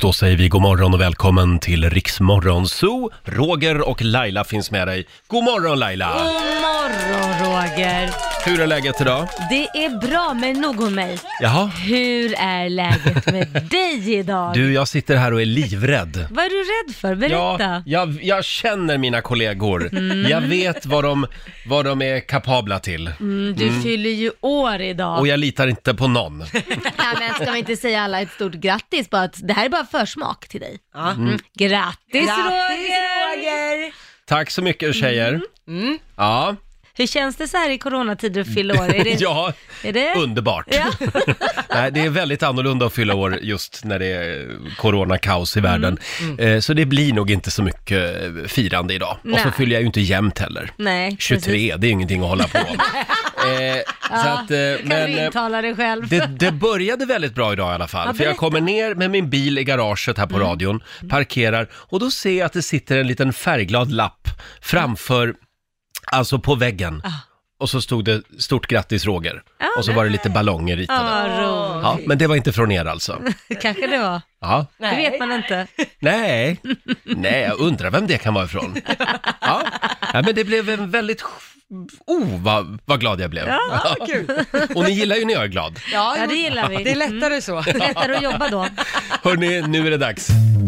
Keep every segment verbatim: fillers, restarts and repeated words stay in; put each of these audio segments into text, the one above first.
då säger vi god morgon och välkommen till Riksmorgon Zoo. Roger och Laila finns med dig. God morgon Laila! God morgon Roger! Hur är läget idag? Det är bra, men nog om mig. Jaha? Hur är läget med dig idag? Du, jag sitter här och är livrädd. Vad är du rädd för? Berätta. Ja, jag, jag känner mina kollegor. Mm. Jag vet vad de, vad de är kapabla till. Mm, du mm. fyller ju år idag. Och jag litar inte på någon. Ja, men ska vi inte säga alla ett stort grattis på att det här är bara försmak till dig. Ja. Mm. Grattis, grattis Roger! Roger! Tack så mycket tjejer. Mm. Mm. Ja. Hur känns det så här i coronatider att fylla år? Är det, ja, är det? Underbart. Ja. Nej, det är väldigt annorlunda att fylla år just när det är coronakaos i världen. Mm. Mm. Så det blir nog inte så mycket firande idag. Nej. Och så fyller jag ju inte jämnt heller. Nej, tjugotre, precis. Det är ingenting att hålla på. eh, ja, så att, eh, kan men, du intala dig själv. det, det började väldigt bra idag i alla fall. Ja, för jag kommer ner med min bil i garaget här på mm. radion, parkerar och då ser jag att det sitter en liten färgglad lapp framför... Alltså på väggen. Ah. Och så stod det stort grattis Roger. Ah, och så nej. Var det lite ballonger ritade. Ah, ja, men det var inte från er alltså. Kanske det var. Ja. Det vet man inte. Nej. Nej, jag undrar vem det kan vara ifrån. Ja, ja men det blev en väldigt... Oh, vad, vad glad jag blev. Ja, kul. Och ni gillar ju när jag är glad. Ja, ja det gillar vi. Det är lättare så. Det är lättare att jobba då. Hörrni, nu är det dags.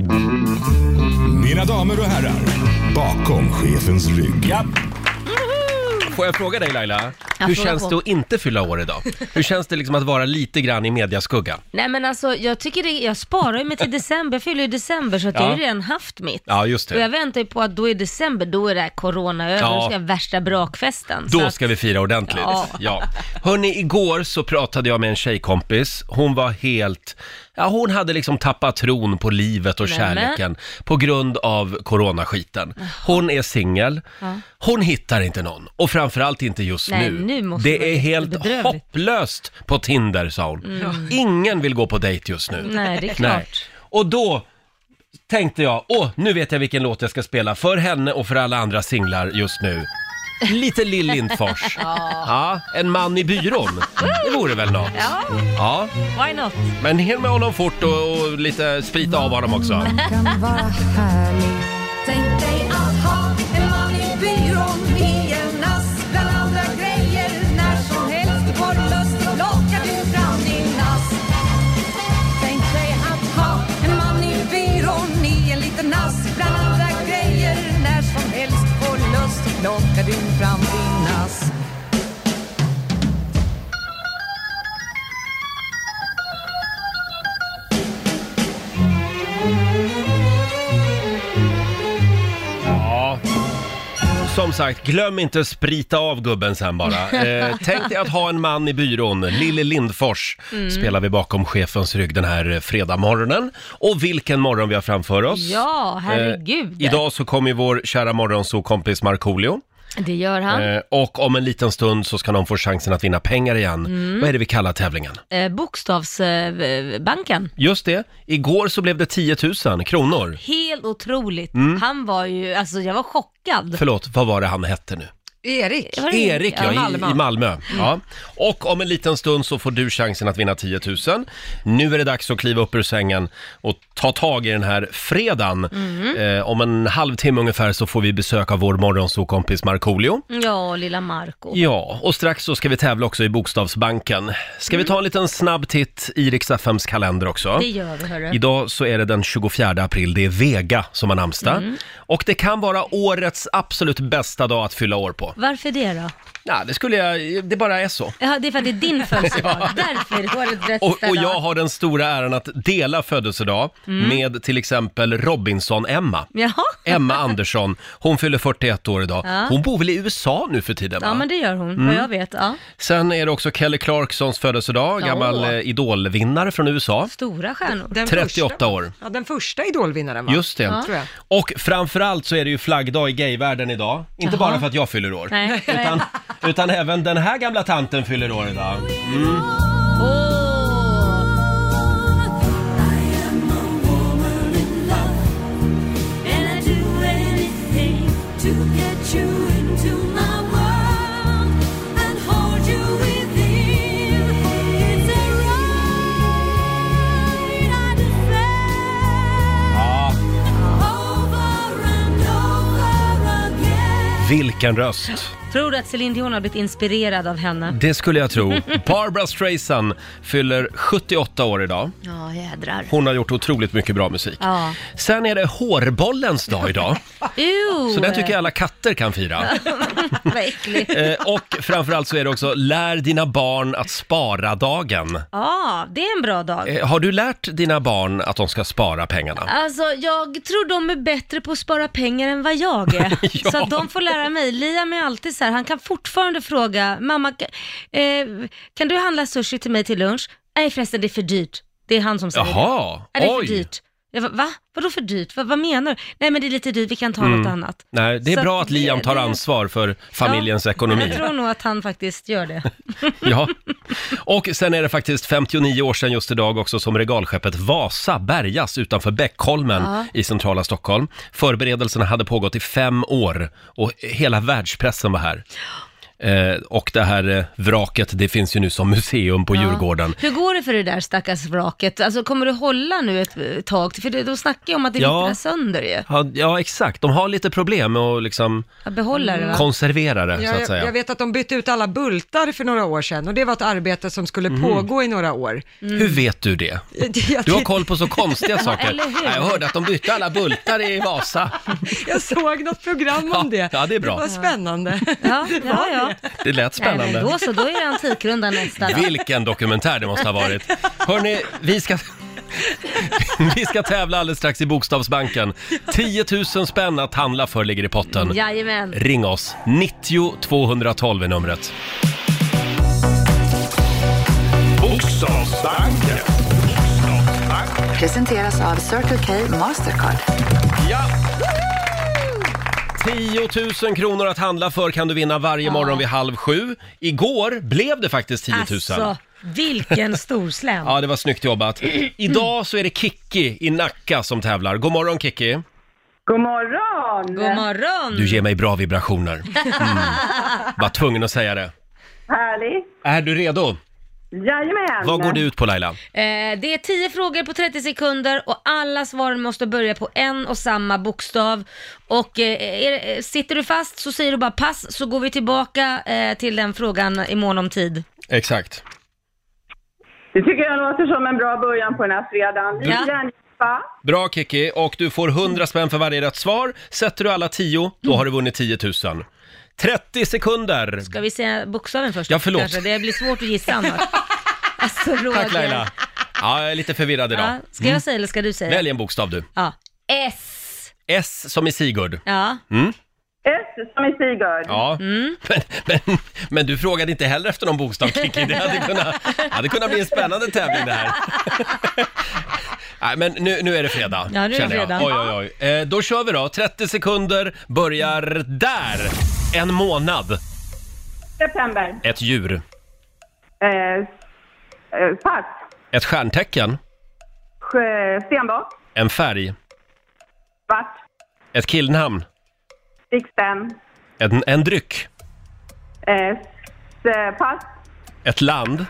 Mina damer och herrar, bakom chefens rygg. Ja. Får jag fråga dig Laila, jag hur känns på. det att inte fylla år idag? Hur känns det liksom att vara lite grann i mediaskugga? Nej men alltså, jag tycker det, jag sparar ju mig till december, jag fyller ju december så att ja. jag har ju redan haft mitt. Ja, just det. Och jag väntar ju på att då i december, då är det här corona över, ja. då ska jag värsta brakfesten. Då att... ska vi fira ordentligt. Ja. ja. Hörrni, igår så pratade jag med en tjejkompis, hon var helt... Ja, hon hade liksom tappat tron på livet och kärleken på grund av coronaskiten. Hon är singel. Ja. Hon hittar inte någon. Och framförallt inte just Nej, nu. nu måste det är helt bedrövligt. Hopplöst på Tinder, sa hon. Mm. Ingen vill gå på dejt just nu. Nej, det är klart. Nej. Och då tänkte jag, åh, nu vet jag vilken låt jag ska spela för henne och för alla andra singlar just nu. Lite Lill Lindfors. Ja, en man i byrån. Det vore väl något. Ja. Ja. Why not? Men hin med honom fort och, och lite sprita av honom också. Kan vara härlig. Tänk dig att ha en man i byrån i en ask bland andra grejer. När som helst du får lust lockar du fram din ask. Tänk dig att ha en man i byrån i en liten ask bland andra grejer. När som helst du får lust lockar du fram din ask. Som sagt, glöm inte sprita av gubben sen bara. Eh, tänk dig att ha en man i byrån. Lill Lindfors mm. spelar vi bakom chefens rygg den här fredagmorgonen. Och vilken morgon vi har framför oss. Ja, herregud. Eh, idag så kommer vår kära morgonsåkompis Markoolio. Det gör han. Eh, och om en liten stund så ska de få chansen att vinna pengar igen. Mm. Vad är det vi kallar tävlingen? Eh, Bokstavsbanken. Eh, Just det. Igår så blev det tio tusen kronor. Helt otroligt. Mm. Han var ju, alltså jag var chockad. Förlåt, vad var det han hette nu? Erik. Erik, ja, ja i Malmö. i Malmö. Mm. Ja. Och om en liten stund så får du chansen att vinna tio tusen. Nu är det dags att kliva upp ur sängen och ta tag i den här fredagen. Mm. Eh, om en halvtimme ungefär så får vi besöka vår morgonsåkompis Markoolio. Ja, lilla Marco. Ja, och strax så ska vi tävla också i Bokstavsbanken. Ska mm. vi ta en liten snabb titt i Rix F M:s kalender också? Det gör vi, hörru. Idag så är det den tjugofjärde april, det är Vega som har namnsdag. Mm. Och det kan vara årets absolut bästa dag att fylla år på. Varför det då? Ja, det skulle jag, det bara är så. Ja, det är för att det är din födelsedag. Ja. Därför var det rätt. Och, och jag har den stora äran att dela födelsedag mm. med till exempel Robinson-Emma. Jaha. Emma Andersson, hon fyller fyrtioett år idag. Ja. Hon bor väl i U S A nu för tiden, va? Ja, men det gör hon, mm. vad jag vet. Ja. Sen är det också Kelly Clarksons födelsedag, ja. gammal eh, idolvinnare från U S A. Stora stjärnor. Den trettioåtta första, år. Ja, den första idolvinnaren, va? Just det. Ja. Tror jag. Och framförallt så är det ju flaggdag i gayvärlden idag. Inte Jaha. bara för att jag fyller år. Nej. Utan, utan även den här gamla tanten fyller år idag. Mm. Oh. Vilken röst! Tror du att Celine Dion har blivit inspirerad av henne? Det skulle jag tro. Barbra Streisand fyller sjuttioåtta år idag. Ja, jädrar. Hon har gjort otroligt mycket bra musik. Ja. Sen är det hårbollens dag idag. Ew. Så den tycker jag alla katter kan fira. Vad äckligt. Eh, och framförallt så är det också lär dina barn att spara-dagen. Ja, det är en bra dag. Eh, har du lärt dina barn att de ska spara pengarna? Alltså, jag tror de är bättre på att spara pengar än vad jag är. Ja. Så att de får lära mig. Liam är alltid så här, han kan fortfarande fråga, mamma, ka- eh, kan du handla sushi till mig till lunch? Nej förresten, det är för dyrt. Det är han som säger Jaha, det. Är det är oj. för dyrt? Jag, va? va? Vadå för dyrt? Va, vad menar du? Nej men det är lite dyrt, vi kan ta något annat. Nej, det är Så bra att Liam tar det- ansvar för familjens Ja, ekonomi. Jag tror nog att han faktiskt gör det. Ja, och sen är det faktiskt femtionio år sedan just idag också som regalskeppet Vasa bärgas utanför Bäckholmen Ja. i centrala Stockholm. Förberedelserna hade pågått i fem år och hela världspressen var här. Eh, och det här eh, vraket, det finns ju nu som museum på Ja. Djurgården. Hur går det för det där stackars vraket? Alltså kommer du hålla nu ett eh, tag? För det, då snackar jag om att det Ja. vittrar sönder ju. Ja, ja, exakt. De har lite problem med att liksom Jag behåller det va? konservera det, så Jag, att säga. jag vet att de bytte ut alla bultar för några år sedan och det var ett arbete som skulle Mhm. pågå i några år. Hur vet du det? Jag, Du har koll på så konstiga saker. eller hur? Ja, jag hörde att de bytte alla bultar i Vasa. jag såg något program om Ja, det. ja, det är bra. Det var spännande. Ja, ja, ja. Det lät Nej, spännande. men då så, då är det Antikrundan nästa då. Vilken dokumentär det måste ha varit. Hörrni, vi ska... vi ska tävla alldeles strax i Bokstavsbanken. tio tusen spänn att handla för ligger i potten. Jajamän. Ring oss. nittio tvåhundratolv är numret. Bokstavsbanken. Presenteras av Circle K Mastercard. Ja! tio tusen kronor att handla för kan du vinna varje morgon vid halv sju. Igår blev det faktiskt tio tusen. Alltså, vilken storslam. Ja, det var snyggt jobbat. Idag så är det Kikki i Nacka som tävlar. God morgon Kikki. God morgon! God morgon. Du ger mig bra vibrationer. Mm. Var tvungen att säga det. Härligt! Är du redo? Jajamän! Vad går det ut på Laila? Eh, det är tio frågor på trettio sekunder och alla svaren måste börja på en och samma bokstav. Och eh, är, sitter du fast så säger du bara pass, så går vi tillbaka eh, till den frågan i mån om tid. Exakt. Det tycker jag låter som en bra början på den här fredagen. Ni Ja. vill gärna hjälpa. Bra Kikki, och du får hundra spänn för varje rätt svar. Sätter du alla tio, då har du vunnit tio tusen. trettio sekunder. Ska vi säga bokstaven först? Ja, förlåt. Kanske? Det blir svårt att gissa annars. Alltså, Roger. Tack Laila. Ja, jag är lite förvirrad idag. Ja, ska jag säga eller ska du säga? Välj en bokstav du. Ja. S. S som i Sigurd. Ja. S som i Sigurd. Ja, Mm. men, men, men du frågade inte heller efter någon bokstav, Kikki. Det hade kunnat, hade kunnat bli en spännande tävling det här. Nej, men nu, nu är det fredag. Ja, nu är det känner jag. fredag. Oj, oj, oj. Eh, då kör vi då. trettio sekunder börjar där. En månad. September. Ett djur. Eh, eh, pass. Ett stjärntecken. Sj- Stenbock. En färg. Svart. Ett killnamn. Sixten. En, en dryck. Eh, s- pass. Ett land.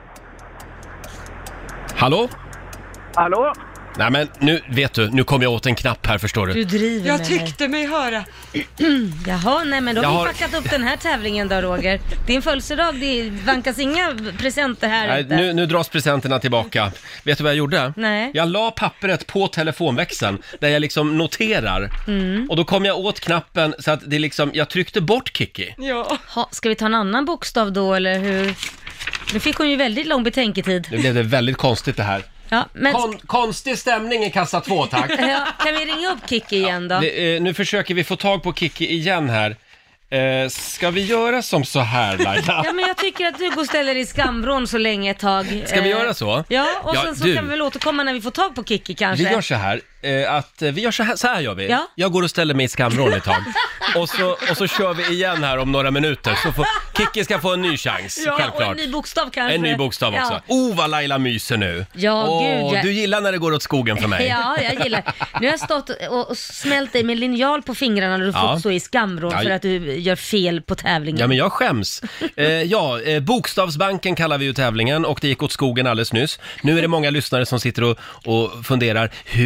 Hallå? Hallå? Nej men nu, vet du, nu kom jag åt en knapp här förstår Du du. driver Jag med mig. tyckte mig höra. Jaha, nej men då Jag har har- vi fuckat upp den här tävlingen då Roger. Din födelsedag, det vankas inga presenter här Nej, ute. nu, nu dras presenterna tillbaka. Vet du vad jag gjorde? Nej. Jag la pappret på telefonväxeln där jag liksom noterar. Mm. Och då kom jag åt knappen så att det liksom, jag tryckte bort Kikki. Ja. Ha, ska vi ta en annan bokstav då eller hur? Nu fick hon ju väldigt lång betänketid. Nu blev det väldigt konstigt det här. Ja, men Kon- konstig stämning i kassa två, tack. ja, kan vi ringa upp Kikki igen då? Det, eh, nu försöker vi få tag på Kikki igen här. Eh, ska vi göra som så här, Laila? Ja, men jag tycker att du går och ställer dig i skamvrån så länge ett tag. Ska vi Eh, göra så? Ja, och Ja, sen så du. kan vi väl återkomma när vi får tag på Kikki kanske. Vi gör så här, eh, att eh, vi gör så här, så här gör vi. Ja. Jag går och ställer mig i skamvrån ett tag. och, så, och så kör vi igen här om några minuter. Så får, Kikki ska få en ny chans, Ja, och självklart. en ny bokstav kanske. En ny bokstav också. Ja. Oh, vad Laila myser nu. Ja, Åh, gud, jag- Du gillar när det går åt skogen för mig. Ja, jag gillar. Nu har jag stått och och smält dig med linjal på fingrarna när du Ja. fått stå i skamvrån Ja. för att du gör fel på tävlingen. Ja, men jag skäms. Eh, ja, eh, Bokstavsbanken kallar vi ju tävlingen och det gick åt skogen alldeles nyss. Nu är det många lyssnare som sitter och, och funderar, hur ska de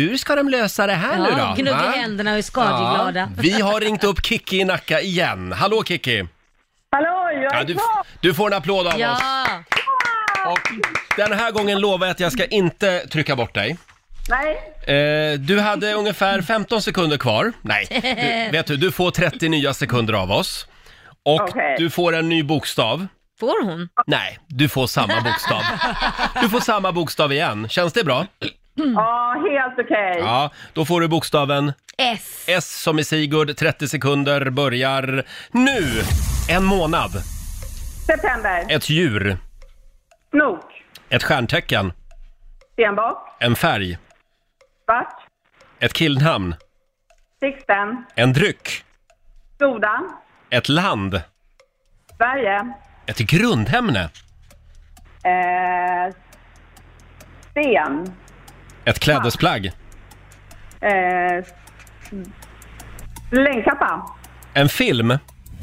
lösa det här Ja, nu då? gnugga Va? händerna och är skadeglada. Ja, vi har ringt upp Kiki i Nacka igen. Hallå Kiki! Hallå, jag är Ja, du, kvar! du får en applåd av oss. Ja, Och den här gången lovar jag att jag ska inte trycka bort dig. Nej, Eh, du hade ungefär femton sekunder kvar. Nej, du, vet du, du får trettio nya sekunder av oss. Och Okej. du får en ny bokstav. får hon? Nej, du får samma bokstav. Du får samma bokstav igen. Känns det bra? ja, helt okej. Ja, då får du bokstaven S. S som i Sigurd. trettio sekunder börjar nu. En månad. September, Ett djur. snok, Ett stjärntecken. stenbock, En färg. svart, Ett killnamn. Sixten, En dryck. soda, Ett land. Sverige, Ett grundämne. eh, sten, Ett klädesplagg. eh, längdkappa, En film. eh,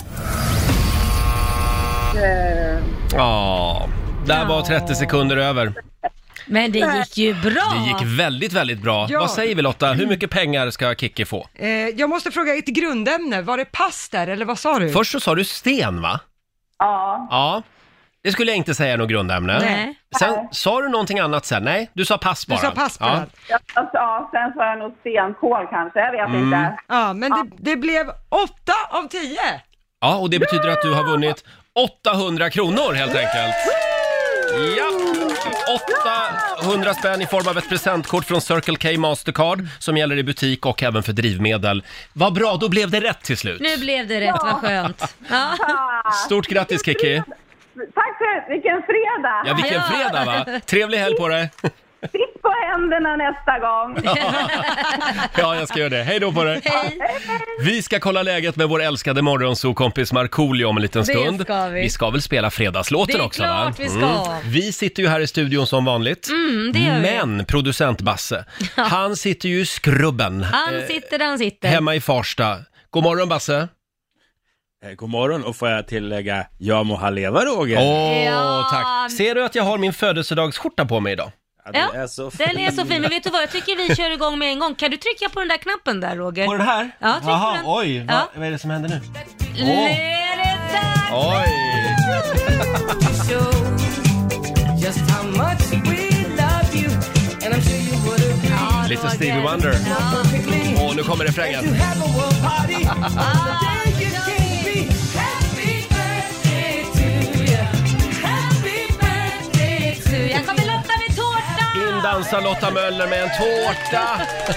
Ja, där var trettio sekunder över. Men det gick ju bra. Det gick väldigt, väldigt bra. Ja. Vad säger vi Lotta? Hur mycket pengar ska Kiki få? Eh, jag måste fråga, ett grundämne, var det pass där eller vad sa du? Först så sa du sten va? ja, Ja, det skulle jag inte säga är något grundämne. Nej. Sen sa du någonting annat sen? Nej, du sa pass Du bara. sa pass på ja. den. ja, alltså, ja, sen sa jag nog stenkol kanske, jag vet Mm. inte. Ja, men det, det blev åtta av tio. Ja, och det betyder att du har vunnit åttahundra kronor helt enkelt. Ja, åttahundra spänn i form av ett presentkort från Circle K Mastercard som gäller i butik och även för drivmedel. Vad bra, då blev det rätt till slut. Nu blev det rätt, vad skönt. Ja. Ah, Stort grattis Kiki. tack för vilken fredag! Ja, vilken Ja. fredag va? Trevlig helg på dig. Sitt på händerna nästa gång. Ja, jag ska göra det. Hej då på dig. Hej. Vi ska kolla läget med vår älskade morgonsokompis Markoolio om en liten Det stund. ska vi. Vi ska väl spela fredagslåten Det är också va? klart vi ska. Vi sitter ju här i studion som vanligt. Mm, det gör vi. Men producent Basse, han sitter ju i skrubben. Han eh, sitter där han sitter. hemma i Farsta. God morgon Basse. Eh, God morgon, och får jag tillägga, jag må ha leva Roger. Åh, Ja. tack. Ser du att jag har min födelsedagsskjorta på mig idag? Ja, Ja, det är så den är så fin, men vet du vad? Jag tycker vi kör igång med en gång. Kan du trycka på den där knappen där, Roger? På den här? Ja, tryck på Jaha, den. oj. Vad, Ja. vad är det som händer nu? Nu är det dags! Oj. Ja, Lite Roger. Stevie Wonder. Ja. Åh, nu kommer refrängen. Jag kommer Lotta med tårta! In dansar Lotta Möller med en tårta.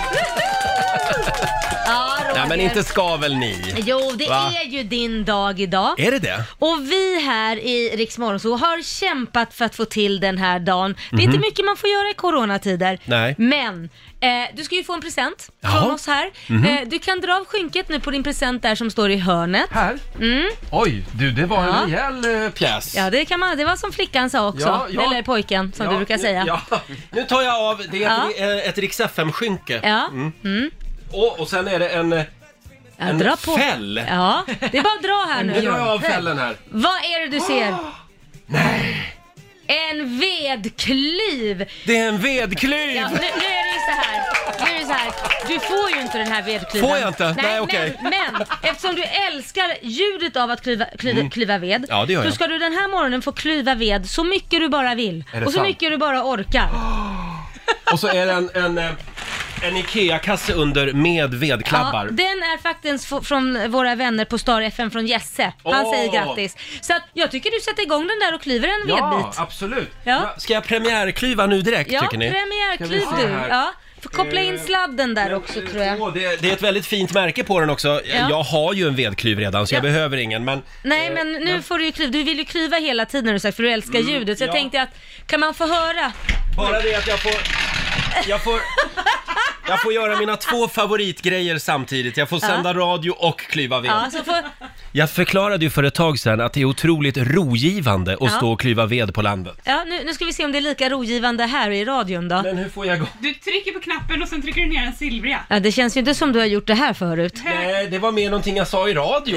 Ja, Roger. Nej, men inte ska väl ni? Jo, det Va? är ju din dag idag. Är det det? Och vi här i Rix Morgon så har kämpat för att få till den här dagen. Det är inte mycket man får göra i coronatider. Nej. Men eh, du ska ju få en present Jaha. från oss här. Eh, du kan dra av skynket nu på din present där som står i hörnet. Här? Mm. Oj, du, det var en Ja. rejäl eh, pjäs. Ja, det kan man. Det var som flickan sa också. Ja, ja. Eller pojken som Ja, du brukar säga. Ja. Nu tar jag av, det är Ja. ett, ett Rix F M-skynke. Ja. Mm. Och, och sen är det en, Ja, en dra på. fäll. Ja, det är bara att dra här nu. Nu drar jag av fällen här. Vad är det du ser? Nej. En vedklyv. Det är en vedklyv! Ja, nu, nu är det ju så här. Nu är det så här. Du får ju inte den här vedklyven. Får jag inte? Nej, okej. men, men eftersom du älskar ljudet av att klyva, klyva, klyva ved, Mm. Ja, det gör så jag. ska du den här morgonen få klyva ved så mycket du bara vill. Är det Och så sant? mycket du bara orkar. Och så är det en, en, eh, en Ikea-kasse under med vedklabbar. Ja, den är faktiskt f- från våra vänner på Star F M från Jesse. Han Åh. säger grattis. Så att jag tycker du sätter igång den där och klyver en Ja, vedbit. absolut. Ja. Ja, ska jag premiärklyva nu direkt, Ja, tycker ni? premiärklyv Ska vi se du. här. Ja. Får koppla in Eh, sladden där också tror jag. Åh, det, det är ett väldigt fint märke på den också. Jag- Ja. Jag har ju en vedklyv redan så jag Ja. behöver ingen. Men, Nej eh, men nu får du ju klyva, du vill ju klyva hela tiden har du sagt för du älskar ljudet. Så jag ja. tänkte att, kan man få höra? Bara det att jag får... Jag får... Jag får göra mina två favoritgrejer samtidigt. Jag får sända radio och klyva ved. Ja, så får, Jag förklarade ju för ett tag sedan att det är otroligt rogivande att Ja. stå och klyva ved på landet. ja nu, nu ska vi se om det är lika rogivande här i radion då. Men hur får jag gå? Du trycker på knappen och sen trycker du ner den silvriga. Ja, det känns ju inte som du har gjort det här förut. Nej, det var mer någonting jag sa i radio.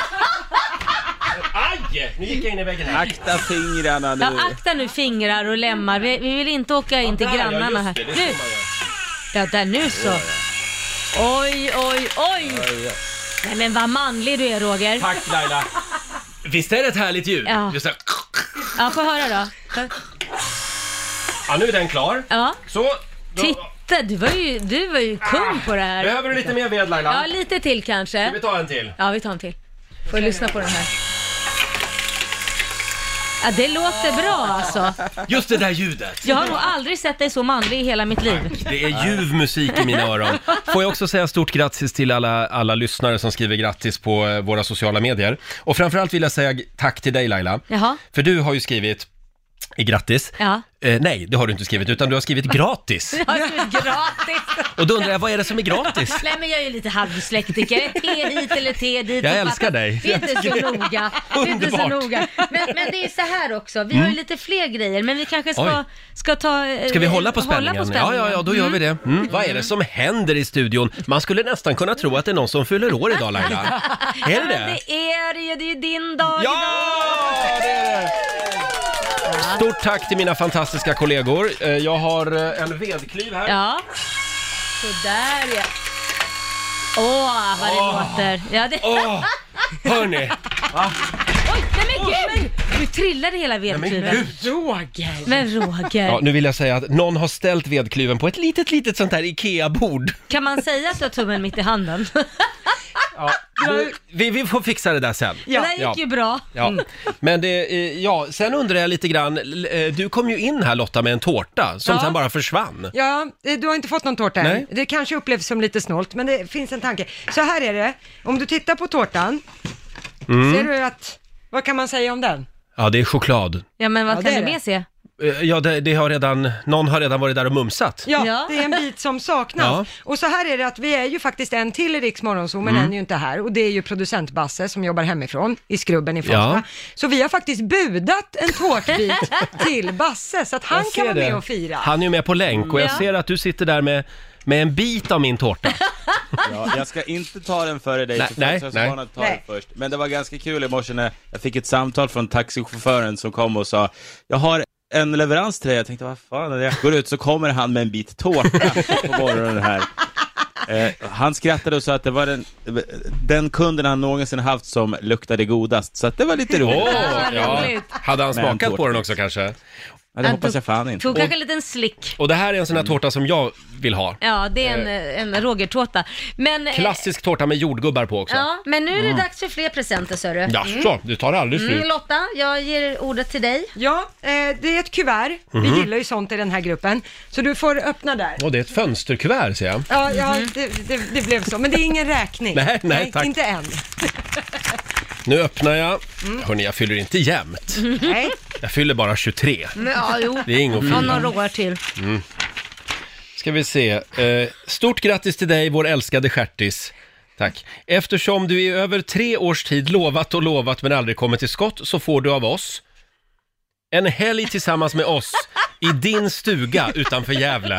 Aj! Nu gick jag in i väggen här. Akta fingrarna nu. Ja, akta nu fingrar och lemmar. Vi, vi vill inte åka in till Där, ja, grannarna just här. det, det Nu, ska man göra. ja där nu så. Oj, oj, oj. Nej men vad manlig du är, Roger. Tack Laila. Visst är det ett härligt ljud? Ja. Just det. Ja, få höra då. Ja, nu är den klar. Ja. Så. Då... Titta, du var ju, du var ju kung på det här. Behöver du lite mer ved, Laila? Ja, lite till kanske. Ska vi ta en till? Ja, vi tar en till. Får lyssna på den här. Ja, det låter bra alltså. Just det där ljudet. Jag har nog aldrig sett dig så manlig i hela mitt liv. Det är ljuv musik i mina öron. Får jag också säga stort grattis till alla, alla lyssnare som skriver grattis på eh, våra sociala medier. Och framförallt vill jag säga g- tack till dig Laila. Jaha. För du har ju skrivit i grattis. Ja. Eh, nej, det har du inte skrivit, utan du har skrivit gratis. Jag har skrivit gratis. Och då undrar jag, vad är det som är gratis? Nej, men jag är ju lite halvsläktiker. Te hit eller te dit. Jag älskar dig. Det är inte så noga. Det är inte så Underbart. noga. Men, men det är så här också. Vi har ju lite fler grejer, men vi kanske ska, Oj. ska ta... eh, Ska vi hålla på hålla spänningen? på spänningen? Ja, ja, ja, då gör vi det. Mm. Vad är det som händer i studion? Man skulle nästan kunna tro att det är någon som fyller år idag, Laila. Är det Ja, men det? det är det ju. Det är ju din dag Ja, idag. det är det! Stort tack till mina fantastiska kollegor. Eh, Jag har eh, en vedklyv här. Ja. Sådär ja. Åh, vad det Åh. låter. Ja, det... Åh, hörni! Va? Oj, nej men gud! Du trillade hela Nej, men vedklyven. gud. Roger! Men Roger, Ja, nu vill jag säga att någon har ställt vedklyven på ett litet, litet sånt här Ikea-bord. kan man säga att du har tummen mitt i handen? Ja, du, vi, vi får fixa det där sen. Det där gick Ja. ju bra. Ja, men det, eh, ja, sen undrar jag lite grann, l- eh, du kom ju in här Lotta med en tårta som Ja. sen bara försvann. Ja, eh, du har inte fått någon tårta än. Nej. Det kanske upplevs som lite snålt, men det finns en tanke. Så här är det, om du tittar på tårtan, Mm. ser du att, vad kan man säga om den? Ja, det är choklad. Ja, men vad Ja, kan det du är mer se? Eh, Ja, det, det har redan, någon har redan varit där och mumsat. Ja, Ja. det är en bit som saknas. Ja. Och så här är det att vi är ju faktiskt en till i Riks Morgonzoo, men Mm. en är ju inte här. Och det är ju producent Basse som jobbar hemifrån i Skrubben i Farsta. Ja. Så vi har faktiskt budat en tårtbit till Basse, så att han Jag kan ser vara med det. och fira. Han är ju med på länk och jag Ja. ser att du sitter där med, med en bit av min tårta. Ja, jag ska inte ta den före dig, Nej, för nej, folk som nej. ska ta Nej. den först. Men det var ganska kul i morse när jag fick ett samtal från taxichauffören som kom och sa, jag har en leverans till dig. Jag tänkte, vad fan är det? Jag går ut så kommer han med en bit tårta på morgonen här. Eh, han skrattade och sa att det var den, den kunden han någonsin haft som luktade godast. Så att det var lite roligt. Åh, vad ja. roligt. Hade han Med en smakat på tårta. den också kanske? Ja, det hoppas jag fan inte. Tog kanske en liten slick. Och det här är en sån här tårta som jag vill ha. Ja, det är en, en Roger-tårta. Men, eh, Klassisk tårta med jordgubbar på också. ja, men nu är det dags för fler presenter, så du. Ja, så, du tar aldrig slut. Mm, Lotta, jag ger ordet till dig. Ja, eh, det är ett kuvert. Mhm. Vi gillar ju sånt i den här gruppen. Så du får öppna där. Och det är ett fönsterkuvert ser jag. Ja, ja det, det, det blev så. Men det är ingen räkning. Nej, nej, tack. Inte än. Nu öppnar jag. Hörrni, jag fyller inte jämnt. Nej. Jag fyller bara tjugotre. Men, ja, jo. Det är inget att Ja, fira. några år till. Ska vi se. Eh, stort grattis till dig, vår älskade stjärtis. Tack. Eftersom du i över tre års tid lovat och lovat men aldrig kommit till skott så får du av oss en helg tillsammans med oss i din stuga utanför Gävle.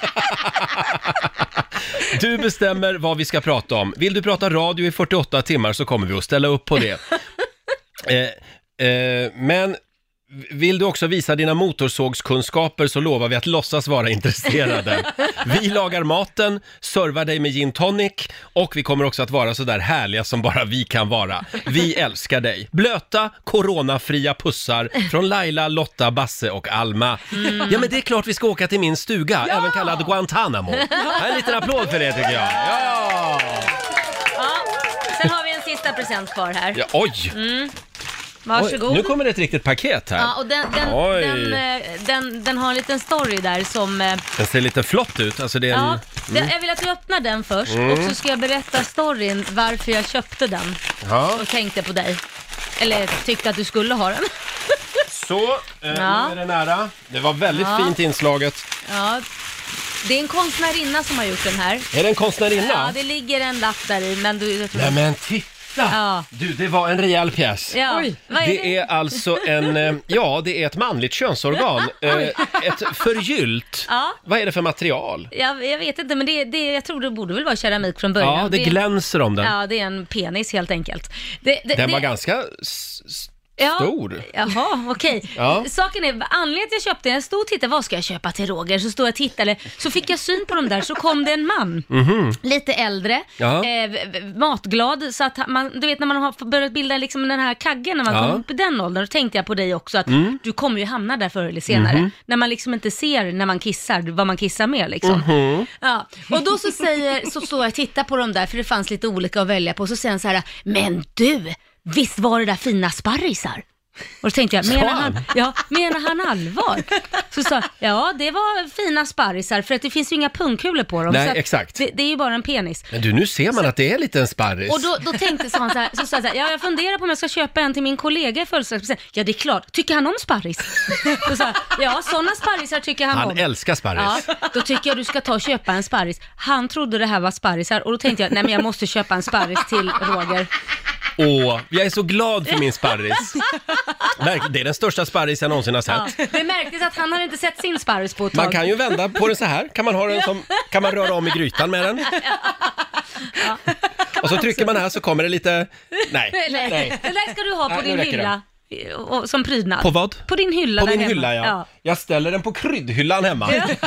Du bestämmer vad vi ska prata om. Vill du prata radio i fyrtioåtta timmar så kommer vi att ställa upp på det. Eh, eh, men vill du också visa dina motorsågskunskaper så lovar vi att låtsas vara intresserade. Vi lagar maten, servar dig med gin tonic och vi kommer också att vara så där härliga som bara vi kan vara. Vi älskar dig. Blöta, coronafria pussar från Laila, Lotta, Basse och Alma. Mm. Ja, men det är klart vi ska åka till min stuga, även kallad Guantanamo. En liten applåd för det tycker jag. Ja! Ja. Sen har vi en sista present kvar här. Ja, oj! Mm. Oj, Varsågod. nu kommer det ett riktigt paket här. Ja, och den, den, Oj. den, eh, den, den har en liten story där som... eh, Den ser lite flott ut. Alltså det är en... Ja, den, jag vill att du öppnar den först Mm. och så ska jag berätta storyn varför jag köpte den Ja. och tänkte på dig. Eller tyckte att du skulle ha den. Så, eh, Ja. nu är det nära. Det var väldigt Ja. fint inslaget. Ja, det är en konstnärinna som har gjort den här. Är det en konstnärinna? Ja, det ligger en lapp där i, men du... Jag tror... Nej men titta! Ja. Du, det var en rejäl pjäs. Ja. Oj. Vad är det? Det är alltså en, eh, ja det är ett manligt könsorgan. Eh, ett förgyllt. Ja. Vad är det för material? Jag, jag vet inte, men det, det, jag tror det borde väl vara keramik från början. Ja, det är- glänser om den. Ja, det är en penis helt enkelt. Det, det, Den det, var ganska s- s- Ja. Stor. Jaha, okej. Ja. Saken är, anledningen till att jag köpte den, jag stod och tittade, vad ska jag köpa till Roger? Så stod jag och tittade, så fick jag syn på dem där, så kom det en man, Mhm. lite äldre, Ja. eh, v- v- matglad, så att man, du vet när man har börjat bilda liksom den här kaggen, när man Ja. kommer upp i den åldern, då tänkte jag på dig också, att Mm. du kommer ju hamna där förr eller senare, Mhm. när man liksom inte ser när man kissar, vad man kissar med liksom. Mhm. Ja, och då så säger, så står jag och tittar på dem där, för det fanns lite olika att välja på, så säger han så här, men du, visst var det där fina sparrisar? Och då tänkte jag, menar han, ja, menar han allvar? Så sa jag, ja det var fina sparrisar, för att det finns ju inga pungkulor på dem. Nej, så att exakt. Det, det är ju bara en penis. Men du, nu ser man att det är lite en sparris. Och då, då tänkte så han så här, så sa jag så här, ja jag funderar på om jag ska köpa en till min kollega i födelsedagspresent. Ja det är klart, tycker han om sparris? Då sa jag, ja sådana sparrisar tycker han, Han om. älskar sparris. Ja, då tycker jag du ska ta och köpa en sparris. Han trodde det här var sparrisar och då tänkte jag, nej men jag måste köpa en sparris till Roger. Åh, jag är så glad för min sparris. Verkligen, det är den största sparris jag någonsin har sett. Ja, det märktes att han hade inte sett sin sparris på ett tag. Man kan ju vända på den så här. Kan man ha den som, kan man röra om i grytan med den? Ja. Och så trycker man här så kommer det lite... Nej, Nej, nej. det där ska du ha på Nej, nu din räcker hylla. Och, som prydnad. På vad? På din hylla På där min hemma. hylla, ja. Jag ställer den på kryddhyllan hemma.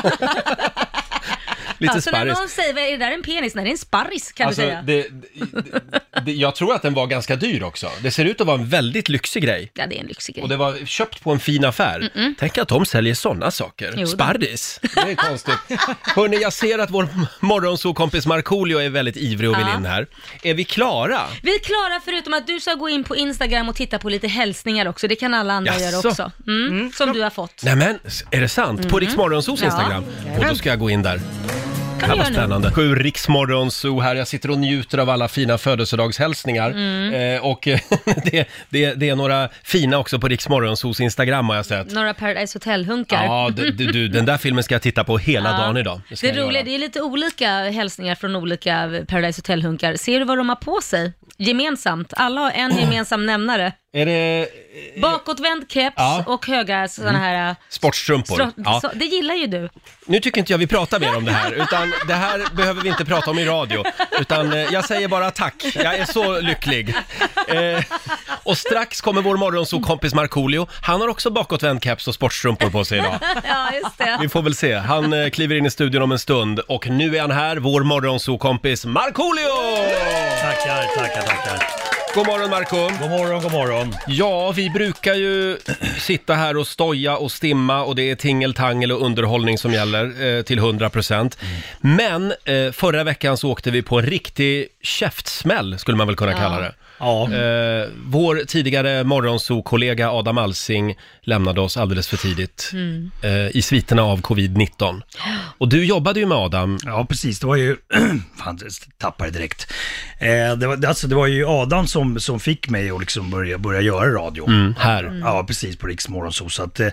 Lite Ja, så när sparris. någon säger, är det där en penis? Nej, det är en sparris kan Alltså, du säga. det, det, det, jag tror att den var ganska dyr också. Det ser ut att vara en väldigt lyxig grej. Ja, det är en lyxig grej. Och det var köpt på en fin affär. Mm-mm. Tänk att de säljer sådana saker. Jo då. Sparris. Det är konstigt. Hörrni, jag ser att vår morgonsåkompis Markoolio är väldigt ivrig och vill Ja. in här. Är vi klara? Vi är klara förutom att du ska gå in på Instagram och titta på lite hälsningar också. Det kan alla andra Jaså? göra också. Mm, som du har fått. Nej men, är det sant? På Mm. Riks Morgonzos Ja. Instagram? Och då ska jag gå in där. Kan Det du var göra nu? spännande. Sju Riks Morgonzoo här. Jag sitter och njuter av alla fina födelsedagshälsningar. Mm. Eh, och det, det, det är några fina också på Riks Morgonzos Instagram har jag sett. Några Paradise Hotel-hunkar. Ja, du, du, du, den där filmen ska jag titta på hela Ja. dagen idag. Det, ska jag roliga, göra. det är lite olika hälsningar från olika Paradise Hotel-hunkar. Ser du vad de har på sig? Gemensamt. Alla har en gemensam nämnare. Är det Bakåtvänd keps Ja. och höga sådana här... sportstrumpor? Stro- Ja. så, det gillar ju du. Nu tycker inte jag vi pratar mer om det här, utan det här behöver vi inte prata om i radio. Utan eh, jag säger bara tack. Jag är så lycklig. Eh, och strax kommer vår morgonsåkompis Markoolio. Han har också bakåtvänd keps och sportstrumpor på sig idag. Ja, just det. Vi får väl se. Han eh, kliver in i studion om en stund. Och nu är han här, vår morgonsåkompis Markoolio! Tackar, tackar, tackar. God morgon Marco. God morgon, god morgon. Ja, vi brukar ju sitta här och stoja och stimma och det är tingeltangel och underhållning som gäller eh, till hundra procent. Men eh, förra veckan så åkte vi på en riktig käftsmäll skulle man väl kunna Ja. kalla det. Ja. Eh, vår tidigare morgonso-kollega Adam Alsing lämnade oss alldeles för tidigt Mm. eh, i sviterna av covid nitton. Och du jobbade ju med Adam. Ja, precis. Det var ju... Fan, jag tappade direkt. Eh, det, var, alltså, det var ju Adam som, som fick mig att liksom börja, börja göra radio. Mm, här. Ja, precis, på Riks Morgonzoo. Så att... Eh,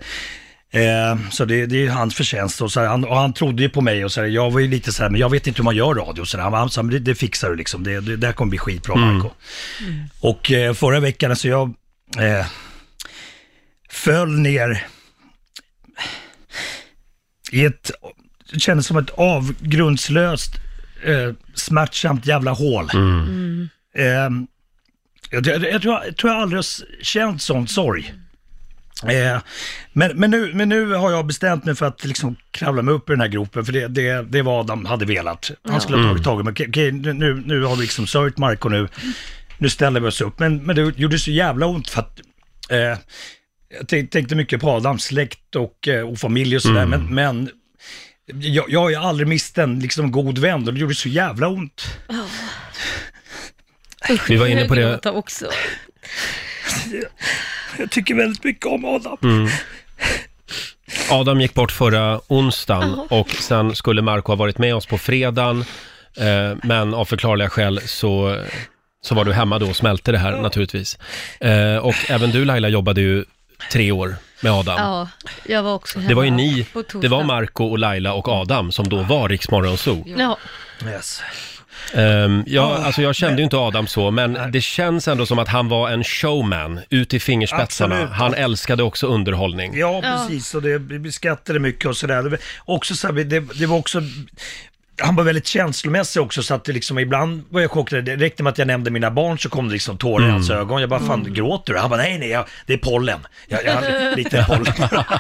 Eh, så det, det är hans förtjänst och, så här, han, och han trodde ju på mig och så här, jag var ju lite så här, men jag vet inte hur man gör radio så där. Han sa, det, det fixar du liksom, det, det, det här kommer bli skitbra Marco. Mm. Och eh, förra veckan så jag eh, föll ner i ett, det kändes som ett avgrundslöst eh, smärtsamt jävla hål. Mm. Eh, jag, jag, jag, tror, jag tror jag aldrig har känt sån sorg. Eh, men, men, nu, men nu har jag bestämt mig för att liksom kravla mig upp i den här gropen, för det, det, det var vad de hade velat. Han skulle ha tagit tag i mig. Okej, okej, nu, nu har vi liksom sörjt Marco nu. Nu ställer vi oss upp. Men, men det gjorde så jävla ont för att eh, jag tänk, tänkte mycket på Adams släkt och, eh, och familj och sådär. Mm. Men, men jag, jag har ju aldrig mist en liksom, god vän och det gjorde så jävla ont. Oh. Usch, Vi var inne på det. jag gråter också. Jag tycker väldigt mycket om Adam. Mm. Adam gick bort förra onsdagen och sen skulle Marco ha varit med oss på fredagen. Eh, men av förklarliga skäl så, så var du hemma då och smälte det här naturligtvis. Eh, och även du Laila jobbade ju tre år med Adam. Ja, jag var också hemma. Det var ju ni, på torsdag. det var Marco och Laila och Adam som då var Riks Morgonzoo. Ja. Yes. Um, ja, alltså jag kände ju inte Adam så, men det känns ändå som att han var en showman ut i fingerspetsarna. Absolut. Han älskade också underhållning. Ja, precis. Och det, vi beskattade mycket och sådär. Det var också så här, det, det var också... han var väldigt känslomässig också, så att det liksom ibland var jag chockad. Det räckte med att jag nämnde mina barn så kom det liksom tårar i Mm. hans ögon. Jag bara, fan, Mm. gråter du? Han bara, nej, nej, jag, det är pollen. Jag, jag har lite pollen.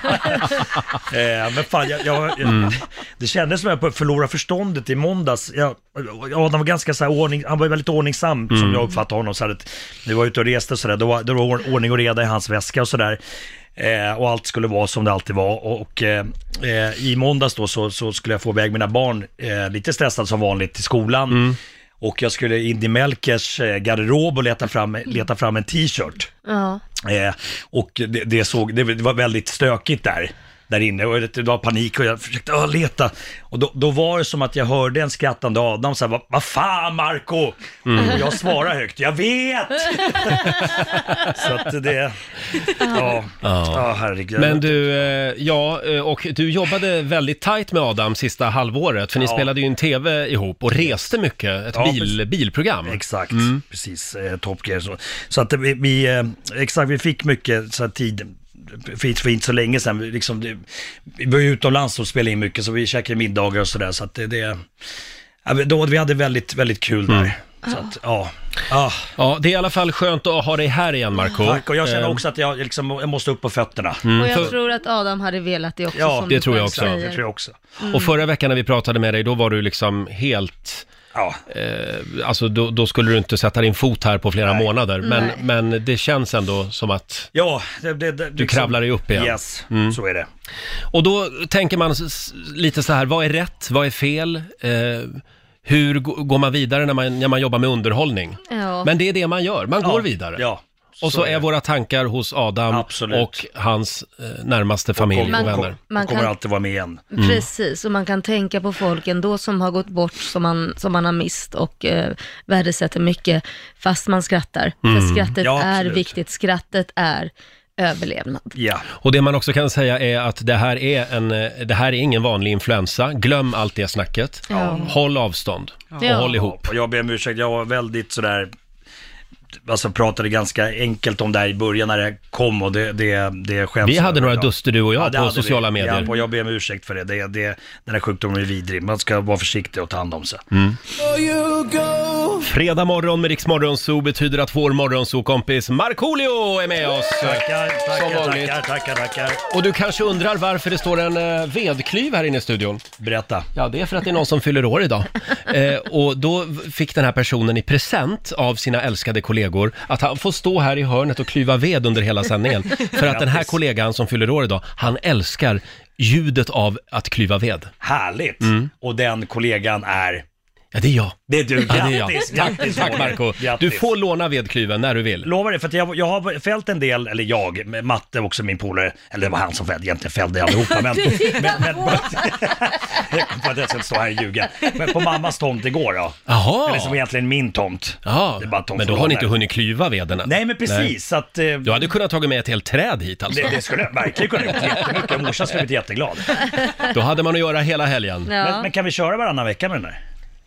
eh, men fan, jag, jag, Mm. det kändes som att jag förlorade förståndet i måndags. Jag, ja, han var ganska så här ordning, han var väldigt ordningsam Mm. som jag uppfattade honom. Så att vi var ute och reste och sådär, då var det var ordning och reda i hans väska och sådär. Eh, och allt skulle vara som det alltid var. Och, och eh, i måndags då så, så skulle jag få iväg mina barn, eh, lite stressad som vanligt, till skolan. Mm. Och jag skulle in i Melkers eh, garderob och leta fram, leta fram en t-shirt. Ja. Eh, och det, det, såg, det var väldigt stökigt där. Där inne, och det var panik och jag försökte äh, leta. Och då, då var det som att jag hörde en skrattande Adam säga, vad va fan Marco? Mm. Och jag svarar högt, jag vet! Så att det, ja, ja herregud. Men du, eh, ja, eh, och du jobbade väldigt tajt med Adam sista halvåret, för ni Ja. spelade ju en tv ihop och reste mycket, ett Ja, bil, precis. bilprogram. Exakt, Mm. precis, eh, Top Gear. Så, så att vi, vi, eh, exakt, vi fick mycket så här, tid, för, för inte så länge sedan. Vi, liksom, det, vi var ju utomlands och spelade in mycket, så vi käkade middagar och sådär. Så att det, det ja, då, vi hade väldigt, väldigt kul där. Mm. Så att, ja. Ah. Ja, det är i alla fall skönt att ha dig här igen, Marco. Tack, och jag känner Eh, också att jag, liksom, jag måste upp på fötterna. Mm, Och jag för- tror att Adam hade velat det också. Ja, som det du tror jag själv också. säger. Det tror jag också. Mm. Och förra veckan när vi pratade med dig, då var du liksom helt... Ja. Eh, alltså då, då skulle du inte sätta din fot här på flera Nej. månader. Men, Nej. men det känns ändå som att Ja, det, det, det, du kravlar dig upp igen. Yes, Mm. så är det. Och då tänker man s- lite så här, vad är rätt, vad är fel? Eh, hur g- går man vidare när man, när man jobbar med underhållning? Ja. Men det är det man gör, man går Ja, vidare. Ja. Och så, är är det. våra tankar hos Adam Absolut. och hans eh, närmaste familj och, Man- vänner. Man kommer kan- alltid vara med igen. Precis, och man kan tänka på folk ändå som har gått bort, som man, som man har mist och eh, värdesätter mycket, fast man skrattar. För skrattet Ja, är absolut. viktigt, skrattet är överlevnad. Ja. Och det man också kan säga är att det här är, en, eh, det här är ingen vanlig influensa. Glöm allt det snacket. Ja. Håll avstånd och Ja. håll ihop. Och jag ber om ursäkt, jag var väldigt sådär, alltså pratade ganska enkelt om det här i början när det kom och det, det, det skäms Vi hade över några idag. duster du och jag det på hade vi. sociala medier. Ja, och jag ber om ursäkt för det. det, det den här sjukdomen är vidrig. Man ska vara försiktig och ta hand om sig. Mm. Fredag morgon med Rix Morgonzoo betyder att vår Morgonzoo-kompis Markoolio är med oss. Tackar, Som tackar, vanligt. tackar, tackar, tackar. Och du kanske undrar varför det står en eh, vedklyv här inne i studion? Berätta. Ja, det är för att det är någon som fyller år idag. Eh, och då fick den här personen i present av sina älskade kollegor att han får stå här i hörnet och klyva ved under hela sändningen. För att den här Grattis. kollegan som fyller år idag, han älskar ljudet av att klyva ved. Härligt. Mm. Och den kollegan är... Ja, det är jag. Det är du. Ja, det är jag. Grattis, Tack, grattis, tack Roger. Marco. Du Grattis. får låna vedklyven när du vill. Lovar det, för att jag, jag har fällt en del, eller jag, med Matte också, min polare, eller det var han som fällde, egentligen fällde allihopa, men, men, men jag kom på att jag ska stå här och ljuga. Men på mammas tomt igår då, Jaha. eller som egentligen min tomt. Ja, Det är bara tomt men då för har ni lånare. inte hunnit klyva veden än. Nej men precis, Nej. så att... Eh, Du hade kunnat tagit med ett helt träd hit alltså. det, det skulle jag verkligen kunna gjort jättemycket, morsan skulle bli jätteglad. Då hade man att göra hela helgen. Ja. Ja. Men, men kan vi köra varannan vecka med den där?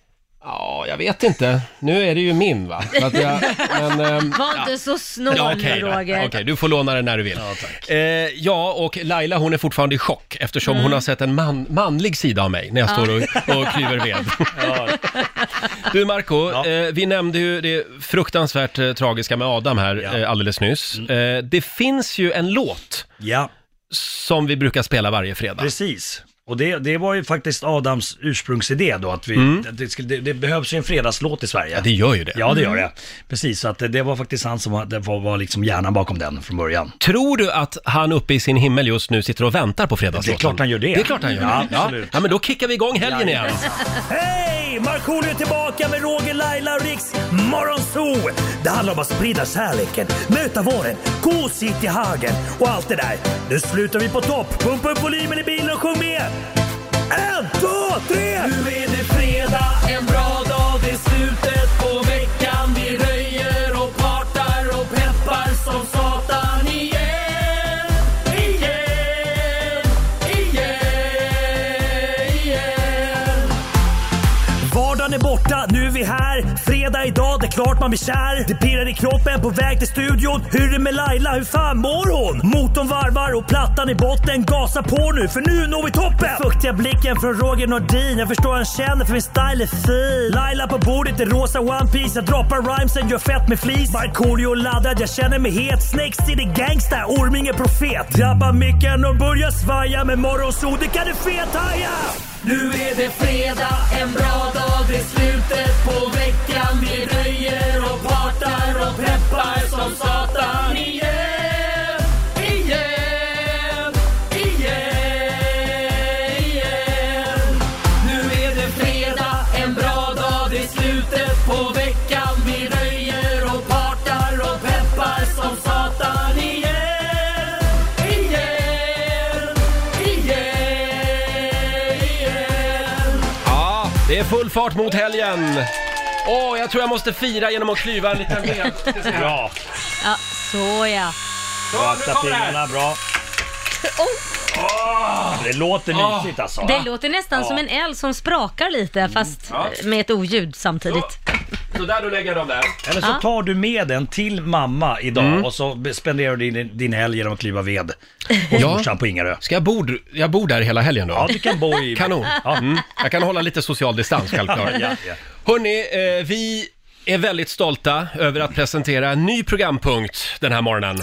jag vet inte. Nu är det ju min va? Så att jag, men, ehm, Var inte så snål Ja, okej då. Roger. Okej, du får låna den när du vill. Ja, tack. Eh, ja, och Laila hon är fortfarande i chock eftersom Mm. hon har sett en man, manlig sida av mig när jag står och, och klyver ved. Ja, Du Marco, Ja. eh, vi nämnde ju det fruktansvärt eh, tragiska med Adam här Ja. eh, alldeles nyss. Eh, det finns ju en låt ja, som vi brukar spela varje fredag. precis. Och det, det var ju faktiskt Adams ursprungsidé då, att vi, det, skulle- det, det behövs ju en fredagslåt i Sverige. Ja, det gör ju det. Ja, det gör det. Precis, så att det, det var faktiskt han som var, det var, var liksom hjärnan bakom den från början. Tror du att han uppe i sin himmel just nu sitter och väntar på fredagslåten? Det är klart han gör det. Det är klart han gör. Ja, ja. absolut. Ja, men då kickar vi igång helgen igen. Hej! Markoolio är tillbaka med Roger, Laila och Riks Morgonzoo! Det handlar om att sprida kärleken, möta våren, gosigt i hagen och allt det där. Nu slutar vi på topp! Pumpa upp volymen i bilen och sjung med! En, två, tre! Nu är det fredag, en bra dag, det är slutet på veckan. Vi röjer och partar och peppar som satan igen. Igen, igen, igen. Vardagen är borta. borta, nu är vi här. Fredag idag, det är klart man blir kär. Det pirrar i kroppen på väg till studion. Hur är det med Laila, hur fan mår hon? Motorn varvar och plattan i botten. Gasa på nu, för nu når vi toppen. Fuktiga blicken från Roger Nordin. Jag förstår han känner för min style är fin. Laila på bordet i rosa One Piece. Jag droppar rhymesen, gör fett med flis. Markoolio laddad, jag känner mig het. Snake City gangsta, Orminge profet. Drabbar micken och börjar svaja. Med morgonsol, det kan du fethaja. Nu är det fredag, en bra dag. Det är slutet på veckan. Vi röjer och partar och peppar som satan. Igen, igen, igen, igen. Nu är det fredag, en bra dag. Det är slutet på veckan. Vi röjer och partar och peppar som satan. Igen, igen, igen, igen. Ja, det är full fart mot helgen. Åh, oh, jag tror jag måste fira genom att klyva en liten ved. Bra. Ja, så ja. Så, nu kommer det här. Bra. Oh. Oh, det låter mysigt alltså. Det låter nästan Ja. som en eld som sprakar lite, fast Ja. med ett oljud samtidigt. Så där, då lägger jag dem där. Eller så Ja. tar du med den till mamma idag Mm. och så spenderar du din, din helg genom att klyva ved hos Ja. morsan på Ingarö. Ska jag bo, jag bor där hela helgen då? Ja, du kan bo i... Kanon. Ja. Mm. Jag kan hålla lite social distans, självklart. Ja, ja. Hörrni, eh, vi är väldigt stolta över att presentera en ny programpunkt den här morgonen.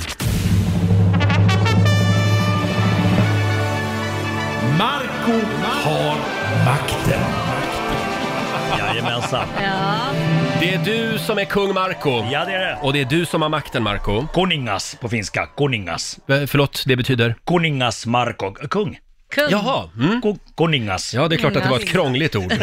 Marco har makten. Jajamensan. Ja. Det är du som är kung Marco. Ja, det är det. Och det är du som har makten, Marco. Koningas på finska. Koningas. Eh, Förlåt, det betyder? Koningas Marco. Kung. Kung. Jaha. Mm. Ko- Koningas. Ja, det är klart att det var ett krångligt ord.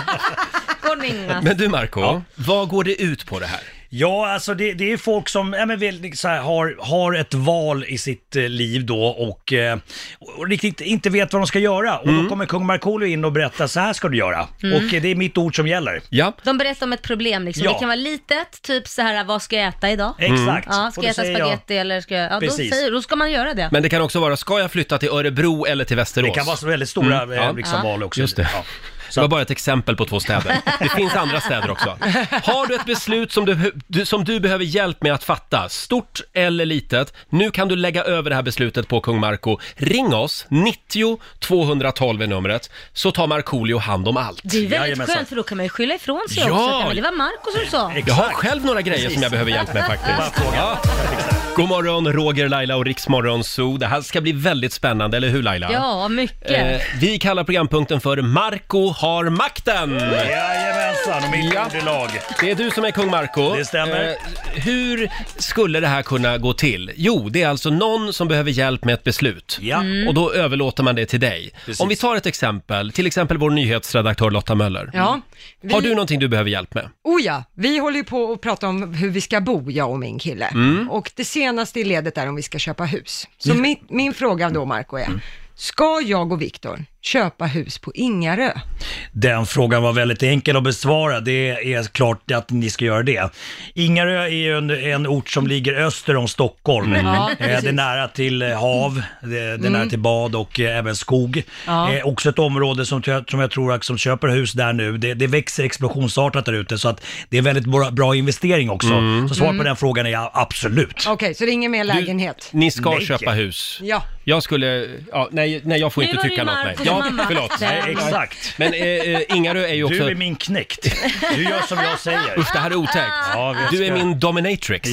Koningas. Men du Marco, Ja. vad går det ut på det här? Ja, alltså det, det är folk som ja, men väl, så här, har, har ett val i sitt eh, liv då och, eh, och riktigt inte vet vad de ska göra. Och då kommer kung Markoolio in och berättar, så här ska du göra. Och eh, det är mitt ord som gäller. Ja, De berättar om ett problem liksom. Ja. Det kan vara litet, typ så här: vad ska jag äta idag? Exakt. Ja, Och ska då jag äta säger spaghetti eller ska jag... Ja, då, Precis. säger, då ska man göra det. men det kan också vara, ska jag flytta till Örebro eller till Västerås? Det kan vara så väldigt stora Mm, ja. eh, liksom, Ja. val också. Just det. Ja. Det var bara ett exempel på två städer. Det finns andra städer också. Har du ett beslut som du, du, som du behöver hjälp med att fatta, stort eller litet, nu kan du lägga över det här beslutet på kung Marco. Ring oss, nittio tvåhundratolv är numret, så tar Markoolio hand om allt. Det är väldigt Jajamensan. skönt, för då kan man ju skylla ifrån sig Ja. också. Kan man- Det var Marco som sa. Jag har själv några grejer som jag behöver hjälp med faktiskt. Ja. God morgon, Roger, Laila och Riksmorgon Zoo. Det här ska bli väldigt spännande, eller hur Laila? Ja, mycket. Eh, vi kallar programpunkten för Marco har makten. Jajamensan, och mitt Ja. ord i lag. Det är du som är kung Marco. Det stämmer. Eh, hur skulle det här kunna gå till? Jo, det är alltså någon som behöver hjälp med ett beslut. Ja. Mm. Och då överlåter man det till dig. Precis. Om vi tar ett exempel, till exempel vår nyhetsredaktör Lotta Möller. Ja. Vi, Har du någonting du behöver hjälp med? Oh ja, vi håller ju på att prata om hur vi ska bo, jag och min kille. Mm. Och det senaste i ledet är om vi ska köpa hus. Så min, min fråga då, Marco, är, ska jag och Viktor köpa hus på Ingarö? Den frågan var väldigt enkel att besvara. Det är klart att ni ska göra det. Ingarö är ju en, en ort som ligger öster om Stockholm. Ja, Eh, det precis. är nära till eh, hav, det, det är Mm. nära till bad och eh, även skog. Ja. Eh, också ett område som, jag- som jag tror att som köper hus där nu, det, det växer explosionsartat där ute, så att det är väldigt bra, bra investering också. Så svar på den frågan är ja, absolut. Okej, så det är ingen mer lägenhet? Ni ska Nej. köpa hus. Ja. Jag skulle, ja, nej, nej jag får Nu inte var det tycka något. Nej. Marco som Ja, mamma. förlåt. Nej, Nej, exakt. Men eh, eh, Ingarö är ju också... Du är min knäckt. Du gör som jag säger. Usch, det här är otäckt. Ja, vi Du är ska- min dominatrix.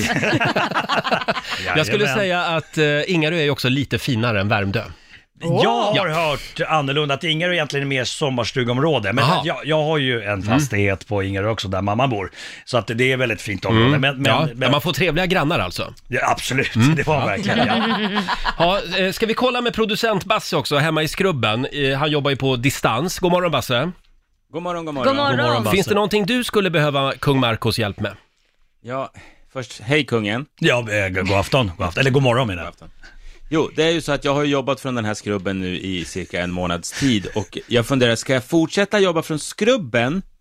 Jag skulle Jajamän. säga att uh, Ingarö är ju också lite finare än Värmdö. Jag har Ja. hört annorlunda att Ingarö egentligen är mer sommarstugområde, men Aha. jag, jag har ju en fastighet på Ingarö också där mamma bor, så att det är väldigt fint område. Men, men, ja, men, man får trevliga grannar alltså. ja, absolut, det var verkligen. Ja. Ja, eh, ska vi kolla med producent Basse också hemma i Skrubben? Eh, Han jobbar ju på distans. God morgon Basse. God morgon, god morgon. God morgon. God morgon, Basse. Finns det någonting du skulle behöva kung Marcos hjälp med? Ja, först, hej kungen. Ja, eh, god afton, god afton, eller god morgon menar jag. Jo, det är ju så att jag har jobbat från den här skrubben nu i cirka en månads tid och jag funderar, ska jag fortsätta jobba från skrubben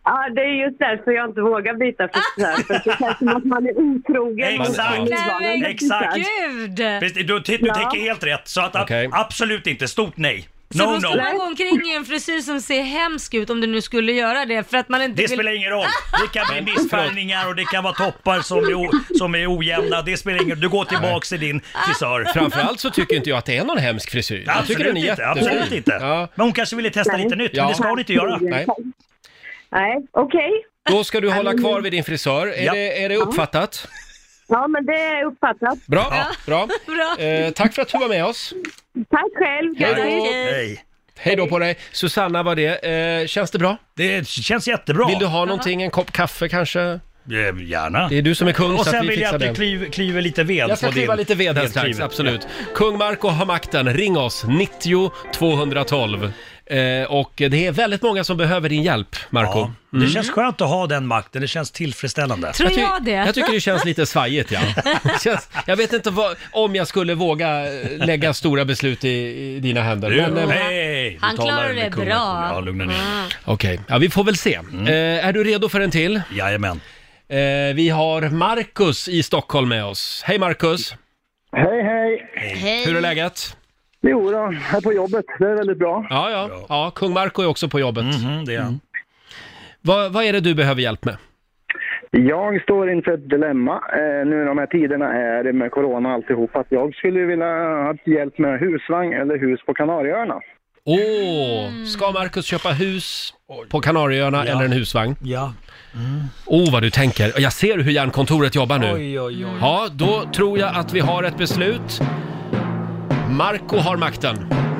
Ja, det är just därför jag inte vågar byta frisör. För det känns som att man är otrogen. Exakt, Nej, exakt. Gud! Visst, Du, du, du Ja. tänker helt rätt, så att Okej. absolut inte, stort nej. Så No, då ska no. man gå omkring i en frisyr som ser hemsk ut om du nu skulle göra det för att man inte Det vill... spelar ingen roll. Det kan bli missfärgningar och det kan vara toppar som är, o, som är ojämna. Det spelar ingen roll. Du går tillbaks till din frisör. Framförallt så tycker inte jag att det är någon hemsk frisyr. Jag tycker den är inte, jättefin. absolut inte. Ja. Men hon kanske ville testa lite nytt, Ja. men det ska hon inte göra. Nej. Nej, okej. Då ska du hålla kvar vid din frisör. Är, Ja. det, är det uppfattat? Ja, men det är uppfattat. Bra, bra. Bra. Eh, tack för att du var med oss. Tack själv. Hej då. Nej. Hej då på dig. Susanna var det. Eh, känns det bra? Det känns jättebra. Vill du ha någonting? En kopp kaffe kanske? Eh, Gärna. Det är du som är kung Och så att sen vi vill jag fixar att du det. kliver, kliver lite ved. Jag ska på kliva din- lite ved här strax, vedskiva. absolut. Kung Marco har makten. Ring oss, nittio tvåhundratolv. Eh, och det är väldigt många som behöver din hjälp, Marco. Ja, det känns skönt att ha den makten, det känns tillfredsställande. Tror Jag, ty- jag det? jag tycker det känns lite svajigt, ja. Det känns, jag vet inte vad, om jag skulle våga lägga stora beslut i, i dina händer. Du, Men, eh, hej! Du Han talar klarar med det kungen. bra. Ja, lugna ner. Okej, ja, vi får väl se. Eh, är du redo för en till? Jajamän. Eh, vi har Marcus i Stockholm med oss. Hej Marcus! Hej, hej. Hej. Hur är läget? Jo då, här på jobbet. Det är väldigt bra. Ja, ja. ja kung Marco är också på jobbet. Mhm, det är han. Vad, vad är det du behöver hjälp med? Jag står inför ett dilemma eh, nu när de här tiderna är med corona och alltihop. Att jag skulle vilja ha hjälp med husvagn eller hus på Kanarieöarna. Åh, oh, ska Marcus köpa hus på Kanarieöarna Ja. eller en husvagn? Ja. Åh, oh, vad du tänker. Jag ser hur järnkontoret jobbar nu. Oj, oj, oj. Ja, då tror jag att vi har ett beslut. Marco har makten.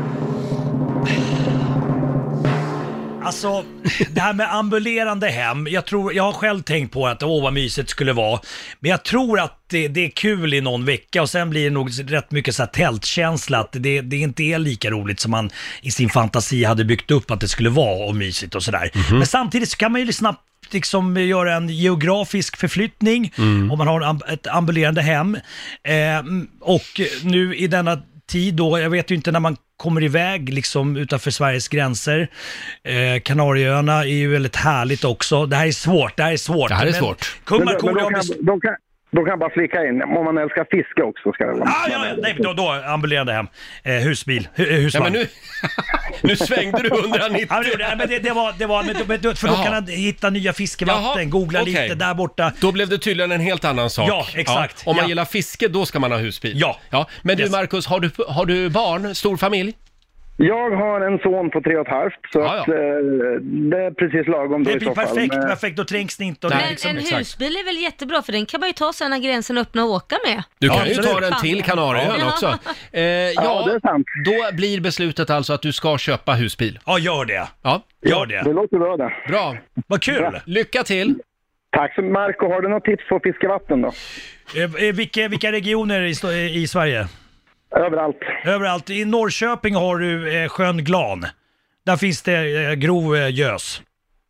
Alltså, det här med ambulerande hem, jag tror, jag har själv tänkt på att åh vad mysigt skulle vara, men jag tror att det, det är kul i någon vecka och sen blir det nog rätt mycket så här tältkänsla, att det, det inte är lika roligt som man i sin fantasi hade byggt upp att det skulle vara och mysigt och sådär. Mhm. Men samtidigt så kan man ju snabbt liksom göra en geografisk förflyttning Mm. om man har en- ett ambulerande hem. Eh, och nu i denna tid då, jag vet ju inte när man kommer iväg liksom utanför Sveriges gränser. Eh, Kanarieöarna är ju väldigt härligt också. Det här är svårt, det här är svårt. Det här är Men svårt. Kung Men då, men Markoolio då, har kan, bes- då, kan, då kan jag bara flika in, om man älskar fiske också ska det vara. Ah, ja, ja, nej, då, då ambulerande hem. Eh, husbil, hu, Ja, husvagn. men nu, nu svängde du hundranittio. Ja, men det, gjorde jag. men det, det var, det var men, men, då- för då Jaha. kan han hitta nya fiskevatten, Jaha, googla okej. lite där borta. Då blev det tydligen en helt annan sak. Ja, exakt. Om man Ja. gillar fiske, då ska man ha husbil. Ja. ja. Men du Yes. Marcus, har du, har du barn? Stor familj? Jag har en son på tre och ett halvt, så Ja, ja. att, eh, det är precis lagom då Det i blir så fall. perfekt, Men- perfekt, då trängs ni inte. Och Nej, det är Men liksom, en exakt. husbil är väl jättebra för den kan man ju ta sig när gränsen öppnar och åka med. Du Ja, kan ju absolut. ta den till Kanarieöarna Ja. också. Eh, ja, Ja, det är sant. då blir beslutet alltså att du ska köpa husbil. ja, gör det. Ja, Gör det. Det låter bra det. bra. Vad kul. Lycka till! Tack så mycket. Marco, har du något tips på fiskevatten då? Eh, eh, vilka, vilka regioner i, sto- i Sverige? Överallt. Överallt. I Norrköping har du eh, sjön Glan. Där finns det eh, grov eh, gös.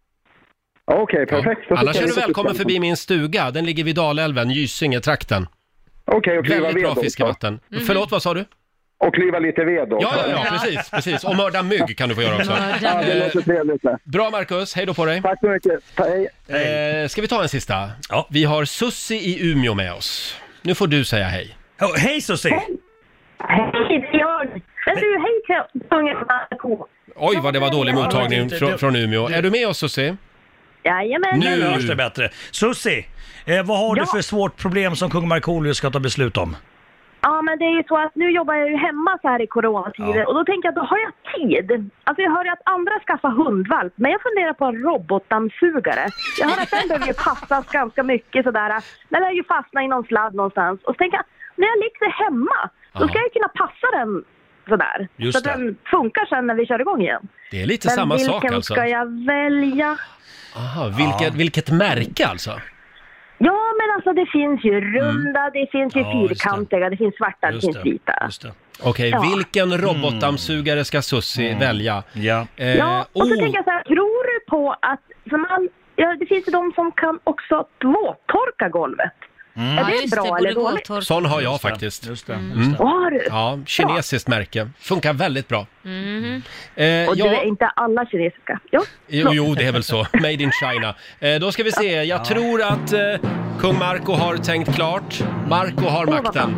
Okej, perfekt. Då Annars ska är vi du få välkommen fiska. förbi min stuga. Den ligger vid Dalälven, Gysinge-trakten. Okej, och klyva Väldigt ved bra också. fiskevatten. Förlåt, vad sa du? Och klyva lite ved då. Ja, ja, ja, precis, precis. Och mörda mygg kan du få göra också. Ja, det låter trevligt det. Bra Marcus, hej då på dig. Tack så mycket. Hej. Eh, ska vi ta en sista? Ja. Vi har Sussi i Umeå med oss. Nu får du säga hej. Oh, hej Susie! Hej, det är jag. Men du, hej till kungen Marco. Oj, vad det var dålig mottagning det- från, det- från Umeå. Är du med oss Sussi? Jajamän. Nu- Nu hörs det bättre. Susie, eh, vad har Ja. du för svårt problem som kung Markoolio ska ta beslut om? Ja, men det är ju så att nu jobbar jag ju hemma så här i coronatider Ja. och då tänker jag att då har jag tid. Alltså jag hör ju att andra skaffar hundvalp, men jag funderar på en robotdammsugare. Jag hör att den behöver ju passas ganska mycket sådär. Den är ju fastnat i någon sladd någonstans. Och så tänker jag, när jag ligger hemma, då ska Ja. jag ju kunna passa den sådär. Just så att det. den funkar sen när vi kör igång igen. Det är lite Men samma sak vilken alltså. ska jag välja? Aha, vilket, Ja. vilket märke alltså? Ja, men alltså det finns ju runda, det finns ju Ja, just det. fyrkantiga, det. finns svarta, det Just finns det, vita. just det. Okej, Ja. vilken robotdammsugare ska Sussi välja? Ja. Eh, Ja, och så oh, tänker jag så här, tror du på att, för man, ja, det finns ju de som kan också tvåtorka golvet. Mm. Är det just bra det, eller både dåligt? våttork- Sån har jag faktiskt. Just det. Mm. Just det. Har du? Ja, kinesiskt märke. Funkar väldigt bra. Mhm. Eh, Och ja, du är inte alla kinesiska. Ja. jo, jo, det är väl så. Made in China. Eh, då ska vi se. Jag tror att eh, kung Marco har tänkt klart. Marco har vad makten.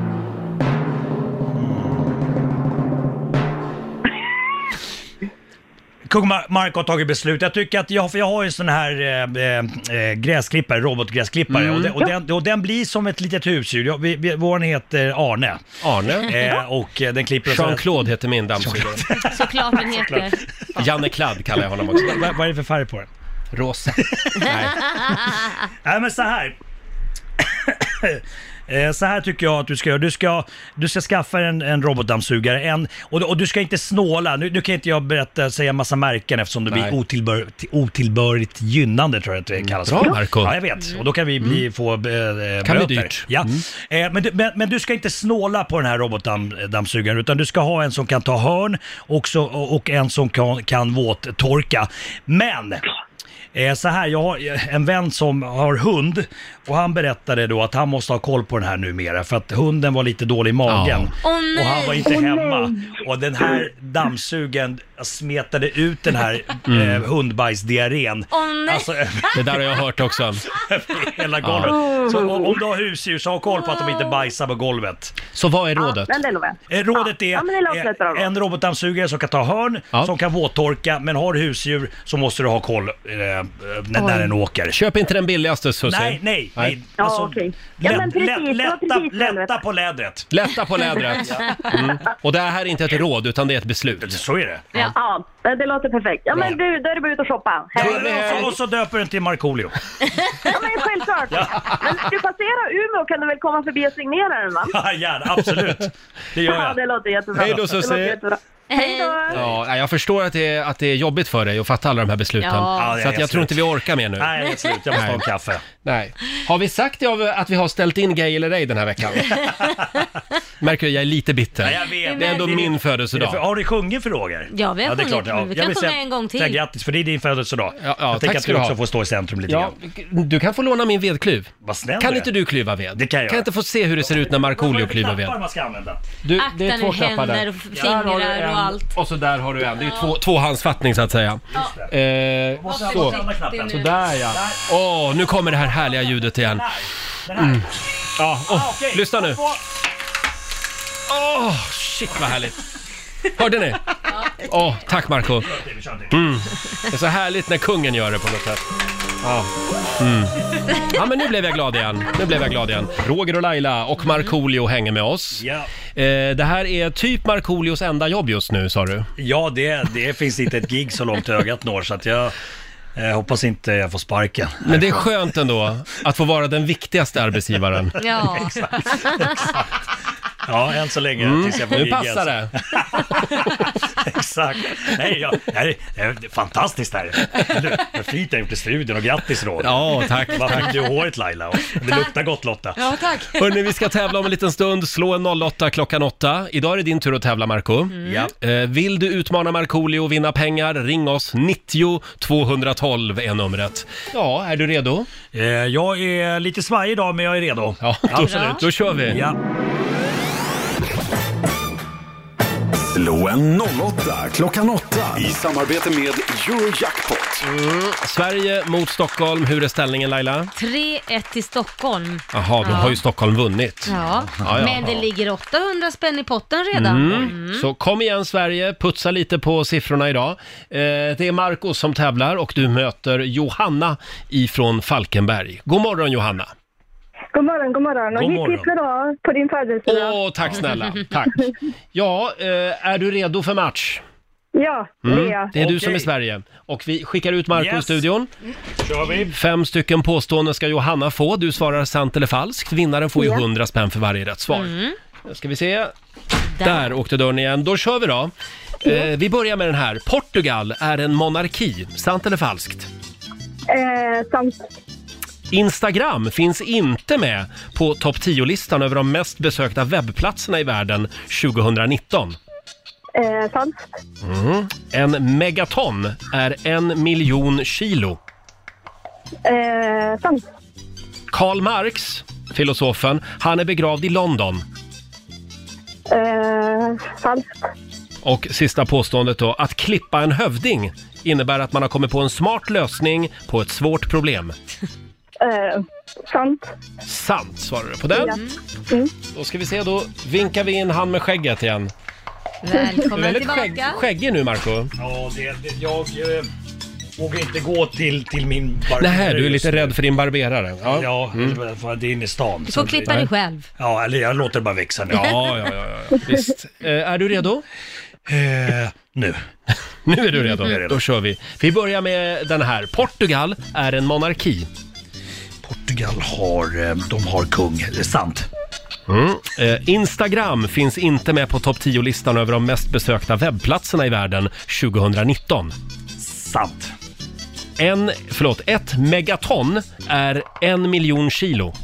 Kung Mar- Marco har tagit beslut. Jag tycker att jag, för jag har ju en sån här eh, eh, gräsklippare, robotgräsklippare Mm. och, den, och, den, och den blir som ett litet husdjur. Jag, vi, vi, vår heter Arne. Arne? Eh, och eh, den klipper... Jean-Claude heter min dammsugare. Såklart den heter. Janne Kladd kallar jag honom också. Vad, vad är det för färg på den? Rosa. Nej. Nej men så här. Eh, Så här tycker jag att du ska göra. Du ska, du ska skaffa en, en robotdammsugare. En, och, och du ska inte snåla. Nu, nu kan inte jag berätta, säga massa märken eftersom det Nej. blir otillbör, otillbörligt gynnande tror jag att det kallas. Bra, Marco. Ja, jag vet. Och då kan vi bli, få eh, Kan bli böter. dyrt. Ja. Eh, men, du, men, men du ska inte snåla på den här robotdammsugaren utan du ska ha en som kan ta hörn också, och, och en som kan, kan våttorka. Men... Eh, så här, jag har en vän som har hund och han berättade då att han måste ha koll på den här numera för att hunden var lite dålig i magen. Ja. Åh, nej. Och han var inte Åh, hemma. nej. Och den här dammsugen smetade ut den här Mm. eh, hundbajsdiarrén. Åh nej. Alltså, Det där har jag hört också. hela golvet. Så om, om du har husdjur så ha koll på att de inte bajsar på golvet. Så vad är Ja, rådet? men det lovar jag. Eh, Rådet är Ja, men det låter rätt bra eh, då. en robotdammsugare som kan ta hörn, Ja. som kan våttorka, men har du husdjur så måste du ha koll eh, när, när den åker. Köp inte den billigaste, Susie. Nej, nej, nej. Ja, Alltså, okej. Ja, men lätt- precis, lätt- det var lätta, precis vad jag lätta vet. på lädret. Lätta på lädret. Mm. Och det här är inte ett råd, utan det är ett beslut. Så är det. Ja. Ja, det det låter perfekt. Ja, men du, då är det bara ut och shoppa. Hej. Ja, och, så, och så döper du den till Markoolio. Ja, men självklart. Men du passerar Umeå, kan du väl komma förbi och signera den, va? Ja, gärna, absolut. Det gör Ja, jag. det låter jättebra. Hej då, Det Susie. låter jättebra. Hej då. Ja, jag förstår att det, är, att det är jobbigt för dig att fatta alla de här besluten. Ja. Ja, det är Så att jag helt tror inte slut. vi orkar mer nu. Nej, det är slut. Jag måste ha en kaffe. Nej. Har vi sagt det av- att vi har ställt in Gay eller ej den här veckan? Märker du, jag är lite bitter. Ja, jag vet. Det är ändå Det- min det- födelsedag. För, har du sjungit för Roger? Ja, vi har det är sjungit, klart, men vi Jag kan vill sjunga säga- en gång till. Säga grattis, för det är din födelsedag. Ja, ja, jag tack tänker att ska du du också ha. får stå i centrum lite Ja, grann. du kan få låna min vedklyv. Vad snäll Kan du är. inte du klyva ved? Det kan jag Kan jag göra. inte få se hur det ser ut när Markoolio klyver ved? Vad man ska använda. Du, Akta nu händer och Där har du fingrar en, och allt. Och så där har du en. Det är ju två, tvåhandsfattning så att säga. Eh, Måste så. använda andra knappen. Så där ja. Åh, nu kommer det här härliga ljudet igen. Den här. Ja, åh, Ah, okej. lyssna nu. Åh, shit vad härligt. Hörde ni? Åh, tack Marco. Vi kör till. Mm. Det är så härligt när kungen gör det på något sätt. Ja. Mm. Ja, men nu blev jag glad igen. Nu blev jag glad igen. Roger och Laila och Markoolio hänger med oss. Ja, Eh, det här är typ Markoolios enda jobb just nu, sa du. ja det, det finns inte ett gig så långt ögat når så att jag eh, hoppas inte jag får sparken. Men det är skönt ändå att få vara den viktigaste arbetsgivaren. Ja. Ja, än så länge Mm. tills jag får Nu gig passar igen. det. Exakt. Nej, ja, det, här är, det är fantastiskt det här. Du, vad fint jag har gjort i studion och grattis Roger. Ja, tack. Vad fint du har håret Laila. Och det luktar gott Lotta. Ja, tack. Hörrni, vi ska tävla om en liten stund. Slå en noll åtta klockan åtta. Idag är det din tur att tävla, Marco. Ja. Eh, vill du utmana Markoolio och vinna pengar, ring oss. nittio tvåhundratolv är numret. Ja, är du redo? Eh, jag är lite svajig idag men jag är redo. Ja, då, Absolut. då kör vi. Ja. Slå en noll åtta klockan åtta i samarbete med Eurojackpot. Mm. Sverige mot Stockholm. Hur är ställningen, Laila? tre ett till Stockholm. Jaha, då Ja. har ju Stockholm vunnit. Ja, Ja, ja, men det ja. ligger åttahundra spänn i potten redan. Mm. Mm. Så kom igen Sverige, putsa lite på siffrorna idag. Eh, det är Marco som tävlar och du möter Johanna ifrån Falkenberg. God morgon Johanna! God morgon, god morgon. Och God hipp morgon. hipp hurra på din födelsedag. Åh, tack snälla, tack! Ja, eh, är du redo för match? Ja, det är jag. Det är du Okej. som är Sverige. Och vi skickar ut Marco i Yes. studion. Kör vi. Fem stycken påståenden ska Johanna få. Du svarar sant eller falskt. Vinnaren får ju Ja. hundra spänn för varje rätt svar. Mm. Nu ska vi se. Där åkte dörren igen. Då kör vi då. Eh, vi börjar med den här. Portugal är en monarki. Sant eller falskt? Eh, samt, Instagram finns inte med på topp tio-listan över de mest besökta webbplatserna i världen tjugonitton. eh, sant, Mm. En megaton är en miljon kilo. eh, sant, Karl Marx, filosofen, han är begravd i London. Eh, falskt. Och sista påståendet då, att klippa en hövding innebär att man har kommit på en smart lösning på ett svårt problem. Eh, sant. Sant, svarar du på den. Ja. Mm. Då ska vi se, då vinkar vi in han med skägget igen. Välkommen väldigt tillbaka. Skägg, skäggig nu, Marco. Ja, det, det, jag eh, vågar inte gå till, till min barberare. Nej, du är lite rädd för din barberare. Ja, ja mm. för det är inne i stan. Du får klippa dig själv. Ja, eller jag låter det bara växa nu. Ja, ja, ja, ja. Visst. Eh, är du redo? Eh, nu. Nu är du redo. Nu är jag redo. Då kör vi. Vi börjar med den här. Portugal är en monarki. Portugal har, eh, de har kung, det är sant. Mm. Eh, Instagram finns inte med på topp tio-listan över de mest besökta webbplatserna i världen tjugonitton. Sant. En, förlåt, ett megaton är en miljon kilo.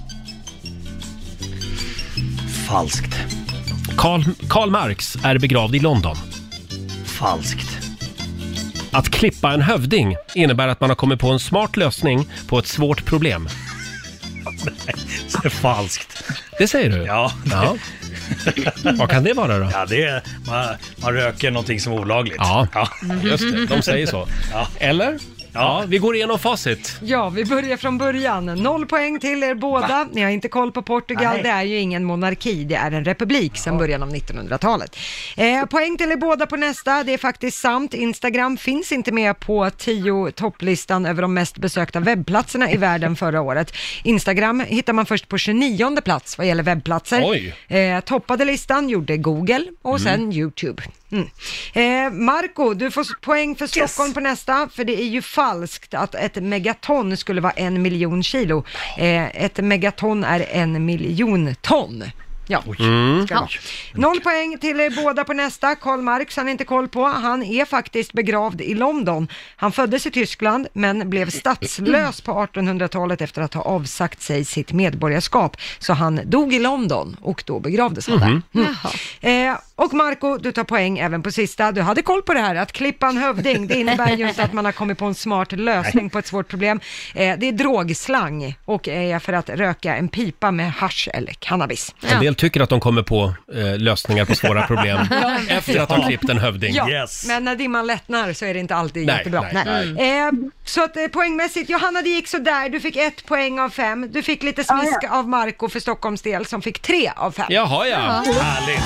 Falskt. Karl, Karl Marx är begravd i London. Falskt. Att klippa en hövding innebär att man har kommit på en smart lösning på ett svårt problem. Det är falskt. Det säger du? Ja. Ja. Vad kan det vara då? Ja, det är, man, man röker någonting som är olagligt. Ja, just det. De säger så. Ja. Eller? Ja, vi går igenom facit. Ja, vi börjar från början. Noll poäng till er båda. Va? Ni har inte koll på Portugal. Nej. Det är ju ingen monarki, det är en republik sedan början av nittonhundratalet. Eh, poäng till er båda på nästa. Det är faktiskt sant. Instagram finns inte med på tio topplistan över de mest besökta webbplatserna i världen förra året. Instagram hittar man först på tjugonionde plats vad gäller webbplatser. Oj. Eh, toppade listan gjorde Google och Mm. sen YouTube. Mm. Eh, Marco, du får poäng för Stockholm yes. på nästa, för det är ju falskt att ett megaton skulle vara en miljon kilo. Eh, ett megaton är en miljon ton. Ja, Mm. ska det vara. Noll poäng till er båda på nästa. Karl Marx han inte koll på. Han är faktiskt begravd i London. Han föddes i Tyskland men blev statslös på artonhundratalet efter att ha avsagt sig sitt medborgarskap. Så han dog i London och då begravdes han Mhm. där. Mm. Eh, och Marco, du tar poäng även på sista. Du hade koll på det här, att klippa en hövding. Det innebär ju inte att man har kommit på en smart lösning på ett svårt problem. Eh, det är drogslang och är för att röka en pipa med hasch eller cannabis. En del tycker att de kommer på eh, lösningar på svåra problem Ja. efter att de klippt en hövding. Ja, Yes. men när dimman lättnar så är det inte alltid Nej, jättebra. nej, Nej. Eh, så att eh, poängmässigt, Johanna det gick så där. Du fick ett poäng av fem. Du fick lite smisk Ah, ja. av Marco för Stockholms del som fick tre av fem. Jaha, ja. Härligt.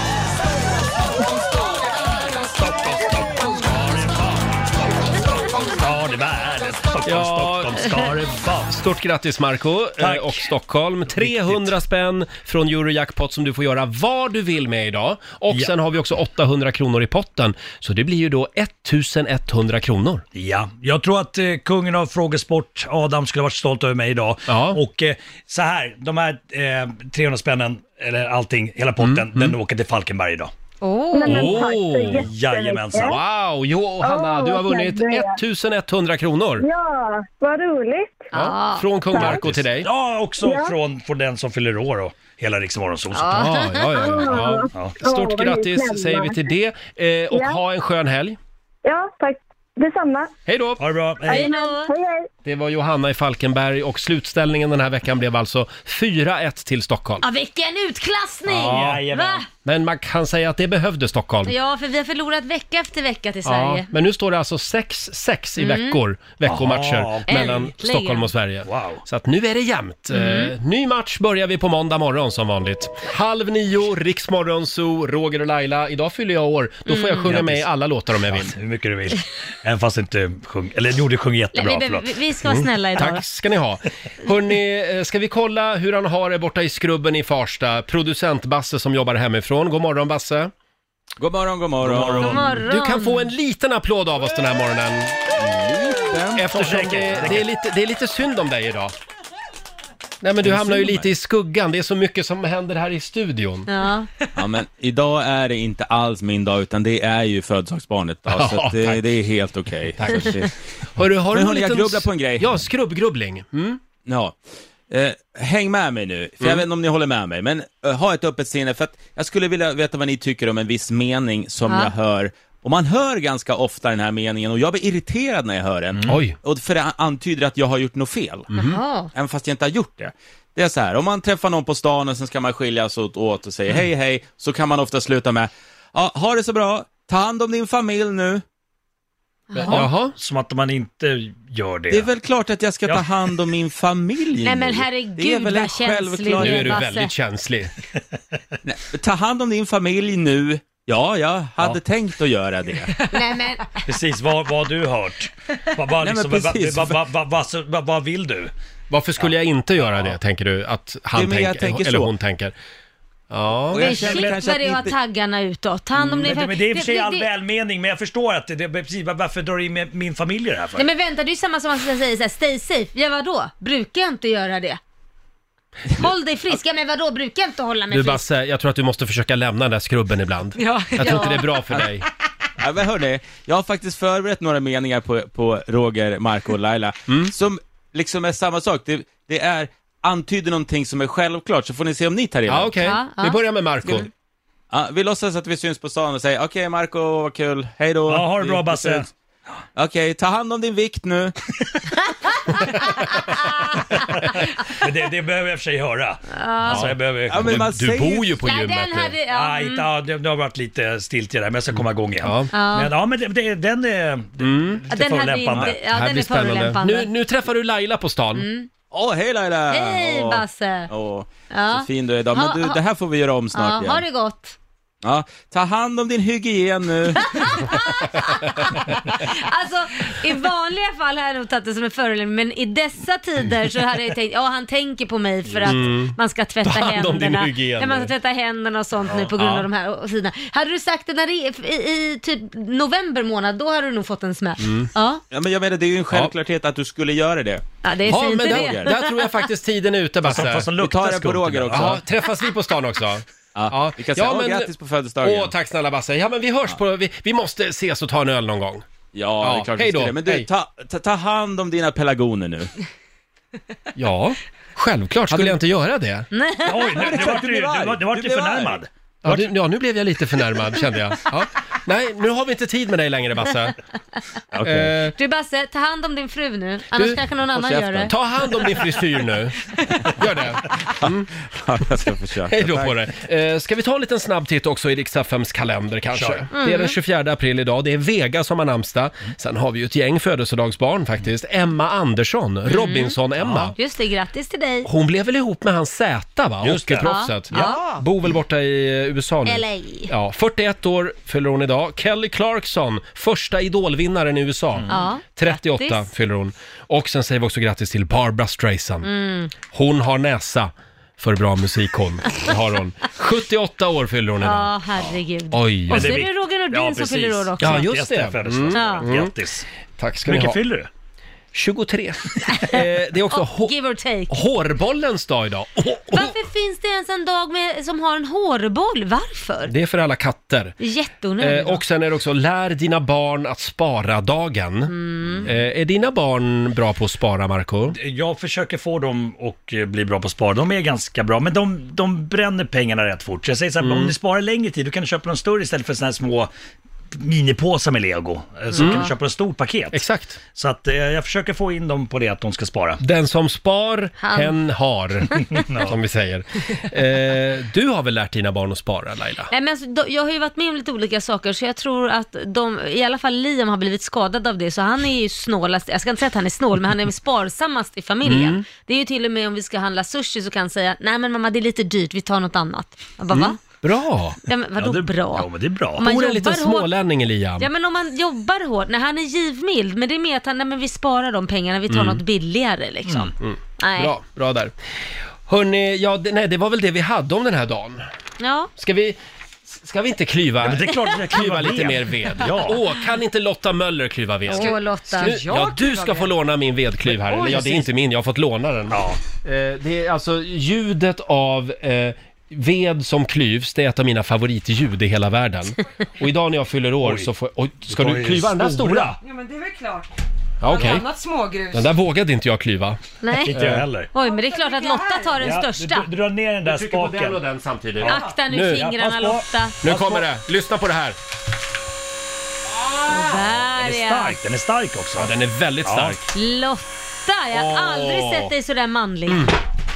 Ska det världen, Stockholm, Ja. Stockholm, ska det vara. Stort grattis Marco Tack. och Stockholm. trehundra spänn från Eurojackpot som du får göra vad du vill med idag. Och Ja. sen har vi också åttahundra kronor i potten. Så det blir ju då ettusenetthundra kronor. Ja, jag tror att eh, kungen av frågesport, Adam, skulle varit stolt över mig idag. Ja. Och eh, så här, de här eh, trehundra spännen, eller allting, hela potten, Mm, den åker till Falkenberg idag. Åh, Nej, men tack så Åh, jättemycket. jajamensan. Wow, Johanna, Åh, du har vad vunnit snäll du är. ettusenetthundra kronor. Ja, vad roligt. Ja, från kung Marco till dig. Ja, också Ja. Från, från den som fyller år och hela Riksmorgonsolen. Ja, ja, ja, ja. Ja. Stort Åh, vad grattis snälla. säger vi till det. Eh, och Ja. ha en skön helg. Ja, tack. Detsamma. Hej då! Ha det bra, hej. hej då. Hej, hej. Det var Johanna i Falkenberg och slutställningen den här veckan blev alltså fyra ett till Stockholm. Ja, vilken utklassning! Ja. Jajamän. Va? Men man kan säga att det behövde Stockholm. Ja, för vi har förlorat vecka efter vecka till Ja, Sverige. men nu står det alltså sex sex i Mm. veckor, veckomatcher Aha. mellan Äntligen. Stockholm och Sverige. Wow. Så att nu är det jämnt. Mm. Eh, ny match börjar vi på måndag morgon som vanligt. Halv nio, Riksmorgon Zoo, Roger och Laila. Idag fyller jag år. Då får jag sjunga med i Grattis. alla låtar om jag vill. Hur mycket du vill. Även fast inte sjung, eller jo, du sjöng jättebra, vi, förlåt. vi, vi ska vara snälla idag. Tack ska ni ha. Hörrni, eh, ska vi kolla hur han har det borta i skrubben i Farsta? Producent Basse som jobbar hemifrån. God morgon Basse. God morgon, god morgon. God morgon. Du kan få en liten applåd av oss den här morgonen. Eftersom det, det, är lite, det är lite synd om dig idag. Nej men du hamnar ju lite i skuggan. Det är så mycket som händer här i studion. Ja. Ja, men idag är det inte alls min dag, utan det är ju födelsedagsbarnet dag, Ja, så att det, tack. det är helt okej. Tack. Så det- Hörru, har du Men någon hörni, jag liten- grubblar på en grej. Ja, skrubbgrubbling. Mm. Ja. Eh, häng med mig nu, för jag vet inte om ni håller med mig, men eh, ha ett öppet sinne, för att jag skulle vilja veta vad ni tycker om en viss mening som Ja. jag hör Och man hör ganska ofta den här meningen och jag blir irriterad när jag hör den. Mm. Oj. Och för det antyder att jag har gjort något fel. Mm. Även fast jag inte har gjort det. Det är så här, om man träffar någon på stan och sen ska man skiljas åt, åt och säga mm. hej hej, så kan man ofta sluta med, ja, ha det så bra, ta hand om din familj nu. Jaha. Jaha. Som att man inte gör det. Det är väl klart att jag ska ja. ta hand om min familj. Nej men herregud, det är väl vad känslig. Nu är du väldigt känslig. Nej, ta hand om din familj nu. Ja, jag hade ja. tänkt att göra det. Nej, men... Precis, vad har du hört? Vad, vad, liksom, Nej, vad, vad, vad, vad, vad, vad vill du? Varför skulle jag inte göra det, tänker du? Att han det, tänker, tänker eller så. hon tänker. Ja. Det är shit vad det har taggarna utåt. Ta hand om mm, det, men det är i och för sig all välmening, men jag förstår att det, det, precis, varför drar du in med min familj det här för? Nej men vänta, det är ju samma som man säger så här, stay safe. Ja vadå? Brukar jag inte göra det? Håll dig frisk. Ja men vadå? Brukar jag inte hålla mig du, frisk? Basse, jag tror att du måste försöka lämna den där skrubben ibland. Ja. Jag tror ja. inte det är bra för dig. Ja, men hörni, jag har faktiskt förberett några meningar på, på Roger, Marco och Laila mm. som liksom är samma sak. Det, det är antyder någonting som är självklart, så får ni se om ni tar illa. Ja, okej. Okay. Ja, vi börjar med Marco. Vi, ja, vi låtsas att vi syns på stan och säger, okej okay, Marco, vad kul, hej då. Ja, ha det bra Basse. Okej, okay, ta hand om din vikt nu. Men det, det behöver jag för sig höra. Ja. Alltså, jag behöver... ja, men du, du bor ju på ja, gymmet den hade, ja, Nej, mm. ja, det, det har varit lite stilt i det där, men jag ska komma igång igen. Ja. Men, ja, men det, det, den är mm. lite förolämpande. Inte, ja, den är förolämpande. Nu, nu träffar du Laila på stan. Mm. Åh, oh, hej Laila! Hej oh. Basse! Oh. Ja. Så fin du är idag. Men du, det här får vi göra om snart ja, igen. Ha det gott! Ja, ta hand om din hygien nu. Alltså, i vanliga fall har jag nog tagit det som en förolämpning, men i dessa tider så hade jag tänkt, ja han tänker på mig för att mm. man ska tvätta händerna. Ja, man ska tvätta händerna och sånt ja. nu på grund ja. av de här sidorna. Hade du sagt det när det är, i, i typ november månad, då hade du nog fått en smäll. Mm. Ja. ja, men jag menar, det är ju en självklart ja. att du skulle göra det. Ja, det är ja, fint men det. Där, där tror jag faktiskt tiden är ute, Basse. Fast vi tar det på Roger också. Ja, träffas vi på stan också? Ja, ja, vi kan säga, ja, men, grattis på födelsedagen. Åh, tack snälla Basse. Ja, men vi hörs ja. på, vi, vi måste ses och ta en öl någon gång. Ja, ja det är klart hej då. Det. Men du, ta, ta, ta hand om dina pelargoner nu. Ja, självklart skulle jag inte göra det. Nej. Oj, nu, nu var du, du, var, du var du förnärmad. Ja, du, ja, nu blev jag lite förnärmad, kände jag. Ja. Nej, nu har vi inte tid med dig längre, Basse. Okay. Uh, du, Basse, ta hand om din fru nu. Annars du, kanske någon annan gör det. Ta hand om din frisyr nu. Gör det. Mm. Ja, jag ska försöka. Hej då på det. Uh, ska vi ta en liten snabb titt också i Rix F M:s kalender kanske? Mm. Det är den tjugofjärde april idag. Det är Vega som har namnsdag. Sen har vi ju ett gäng födelsedagsbarn faktiskt. Emma Andersson, mm. Robinson-Emma. Ja. Just det, grattis till dig. Hon blev väl ihop med hans Z, va? Just det. Proffset. Ja. Ja. Bor väl borta i U S A nu. L A. Ja, fyrtioett år fyller hon idag. Kelly Clarkson, första idolvinnaren i U S A. Mm. Ja, trettioåtta grattis. Fyller hon. Och sen säger vi också grattis till Barbra Streisand. Mm. Hon har näsa för bra musik hon. Det har hon. sjuttioåtta år fyller hon idag. Ja, herregud. Oj. Och så är det Roger Nordin ja, som fyller år också. Ja, just det. Mm. Mm. Grattis. Tack ska ni ha. Mycket fyller du? tjugotre. eh, det är också oh, give or take. hårbollens dag idag. Oh, oh. Varför finns det ens en dag med, som har en hårboll? Varför? Det är för alla katter. Jätteonödigt. Eh, och sen är det också lär dina barn att spara-dagen. Mm. Eh, är dina barn bra på att spara, Marco? Jag försöker få dem att bli bra på att spara. De är ganska bra, men de, de bränner pengarna rätt fort. Så jag säger så här, mm. om ni sparar längre tid, då kan du köpa någon större istället för såna här små minipåsar med Lego. Så mm. kan du köpa en stor paket. Exakt. Så att eh, jag försöker få in dem på det att de ska spara. Den som spar, Han. hen har. Som vi säger. Eh, du har väl lärt dina barn att spara, Laila? Nej, men alltså, då, jag har ju varit med om lite olika saker, så jag tror att de, i alla fall Liam har blivit skadad av det, så han är ju snålast. Jag ska inte säga att han är snål, men han är sparsammast i familjen. Mm. Det är ju till och med om vi ska handla sushi så kan han säga, nej men mamma, det är lite dyrt, vi tar något annat. Jag bara, mm. va? Bra! Ja, men vadå ja, det, bra? Ja, men det är bra. Om man Bor en liten smålänning, Liam. Ja, men om man jobbar hårt, när han är givmild, men det är mer att han, nej men vi sparar de pengarna, vi tar mm. något billigare liksom. Mm. Mm. Nej. Bra, bra där. Hörrni, ja, det, nej, det var väl det vi hade om den här dagen. Ja. Ska vi... Ska vi inte klyva, ja, men det är klart att klyva lite mer ved? Ja. Åh, kan inte Lotta Möller klyva ved? Åh, Lotta. Nu, ja, du ska få låna min vedklyv här. Eller, ja, det är inte min, jag har fått låna den. Ja. Eh, det är alltså ljudet av eh, ved som klyvs, det är ett av mina favoritljud i hela världen. Och idag när jag fyller år Oj. så får... Oj, ska du klyva den där stora? Ja, men det är väl klart. Ja, okej. Annat smågrus. Den där vågade inte jag klyva. Nej. Inte jag heller. Oj, men det är klart att Lotta tar den Ja, största. du, du drar ner den där Trycker på den spaken. och den samtidigt. Akta nu, Nu. fingrarna, Ja, pass på. Lotta. Nu kommer det. Lyssna på det här. Där, Den är ja. stark, den är stark också. Ja, den är väldigt Ja. stark. Lotta, jag har Åh. aldrig sett dig sådär manlig. Där,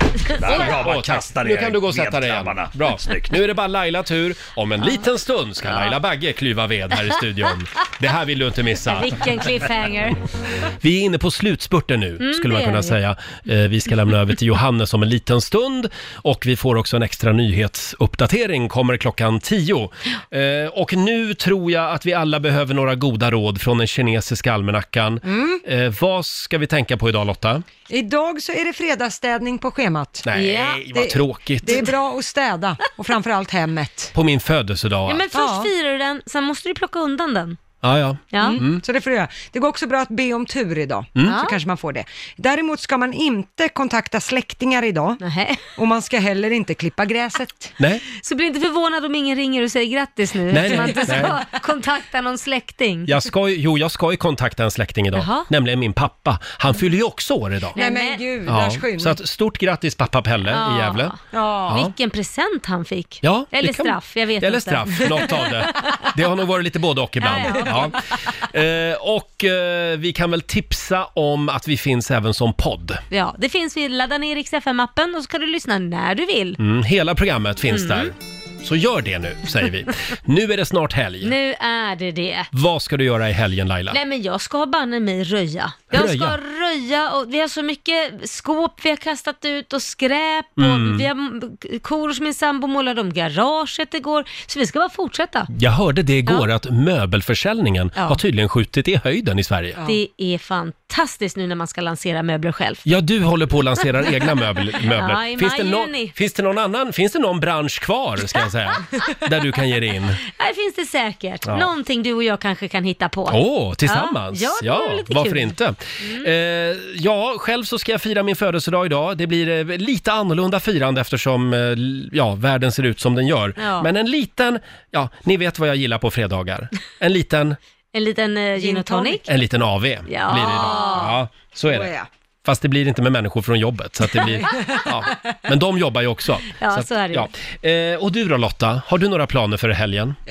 bra, bara Åh, kasta nu det kan du gå och sätta dig igen. vedkrabbarna. Bra. Snyggt. Nu är det bara Laila tur. Om en liten stund ska Laila Bagge klyva ved här i studion. Det här vill du inte missa. Vilken cliffhanger. Vi är inne på slutspurten nu, Mm, skulle man det kunna är vi. säga. Eh, Vi ska lämna över till Johannes om en liten stund. Och vi får också en extra nyhetsuppdatering, kommer klockan tio. Eh, Och nu tror jag att vi alla behöver några goda råd från den kinesiska almanackan. Mm. Eh, vad ska vi tänka på idag, Lotta? Idag så är det fredagsstädning på schemat. Nej, Ja, vad det- tråkigt. Det är bra att städa och framförallt hemmet. På min födelsedag. Ja, men först Ja. firar du den, sen måste du plocka undan den. Ja, ja. Ja. Mm. Så det får du göra. Det går också bra att be om tur idag, Mm. så Ja. kanske man får det. Däremot ska man inte kontakta släktingar idag Nej. och man ska heller inte klippa gräset. Nej, Så bli inte förvånad om ingen ringer och säger grattis nu, Nej, eftersom nej, man inte ska nej. kontakta någon släkting. jag ska, ju- jo, jag ska ju kontakta en släkting idag. Jaha. Nämligen min pappa. Han fyller ju också år idag. Nej Nej, men men- gudars skyn. så att stort grattis pappa Pelle Ja. i Gävle. Ja. Vilken present han fick. Ja, det Eller kan- straff, jag vet Eller inte. straff, något av det. Det har nog varit lite både och ibland. Ja, Ja. Eh, och eh, vi kan väl tipsa om att vi finns även som podd. Ja, det finns, vi laddar ner Rix F M-appen och så kan du lyssna när du vill. Mm, hela programmet finns Mm. där. Så gör det nu, säger vi. Nu är det snart helg. Nu är det det. Vad ska du göra i helgen, Laila? Nej men jag ska banne mig röja. Jag Röja? ska röja och vi har så mycket skåp vi har kastat ut och skräp och Mm. vi har kor som min sambo målade om garaget igår. Så vi ska bara fortsätta. Jag hörde det igår att möbelförsäljningen Ja. har tydligen skjutit i höjden i Sverige. Ja. Det är fantastiskt nu när man ska lansera möbler själv. du håller på att lansera egna möbel, möbler. Ja, i finns, det maj, no- juni. finns det någon annan, finns det någon bransch kvar, ska jag säga, där du kan ge dig in? Här finns det säkert. Ja. Någonting du och jag kanske kan hitta på. Åh, tillsammans? Ja, ja, det är väl lite varför kul. inte? Eh, ja, själv så ska jag fira min födelsedag idag. Det blir eh, lite annorlunda firande eftersom eh, l- ja, världen ser ut som den gör. Ja. Men en liten, ja, ni vet vad jag gillar på fredagar. En liten, En liten uh, gin och tonic. en liten A V Ja. blir det idag. Ja, så är Så är det. jag. Fast det blir inte med människor från jobbet. Så att det blir, ja. Men de jobbar ju också. Ja, att, så är det ju. ja. eh, Och du då Lotta, har du några planer för helgen? Eh,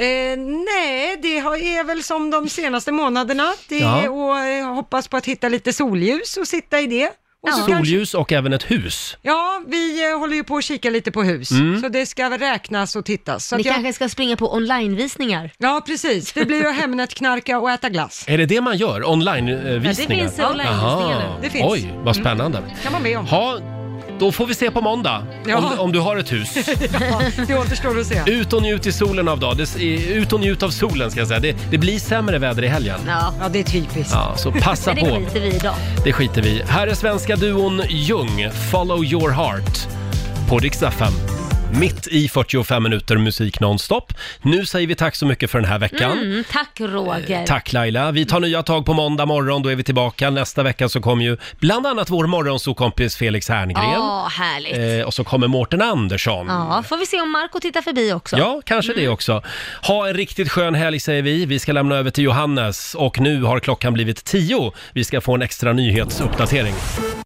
nej, det har, är väl som de senaste månaderna. Det Ja. är och eh, hoppas på att hitta lite solljus och sitta i det. Och så kanske, Solljus och även ett hus. ja, vi eh, håller ju på att kika lite på hus, Mm. så det ska väl räknas och tittas. Så Ni att jag, kanske ska springa på onlinevisningar. ja, precis. Det blir ju Hemnet, knarka och äta glass. Är det det man gör? Online-visningar? Ja, det finns online-visningar nu. Det finns. Oj, vad spännande. Kan man be om. Ha, då får vi se på måndag, Ja. om, om du har ett hus. Ja, det återstår att se. Ut och njut i solen av dag. Det, ut och njut av solen ska jag säga. Det, det blir sämre väder i helgen. Ja, Ja, det är typiskt. Ja, så passa men det på. skiter vi i idag. Det skiter vi i. Här är svenska duon Jung, Follow Your Heart, på Rix F M. Mitt i fyrtiofem minuter musik nonstop. Nu säger vi tack så mycket för den här veckan. Mm, tack Roger. Tack Laila. Vi tar nya tag på måndag morgon, då är vi tillbaka. Nästa vecka så kommer ju bland annat vår morgonsokompis Felix Herngren. Ja, härligt. Eh, och så kommer Mårten Andersson. Ja, får vi se om Marco tittar förbi också. Ja, kanske det också. Ha en riktigt skön helg säger vi. Vi ska lämna över till Johannes och nu har klockan blivit tio. Vi ska få en extra nyhetsuppdatering.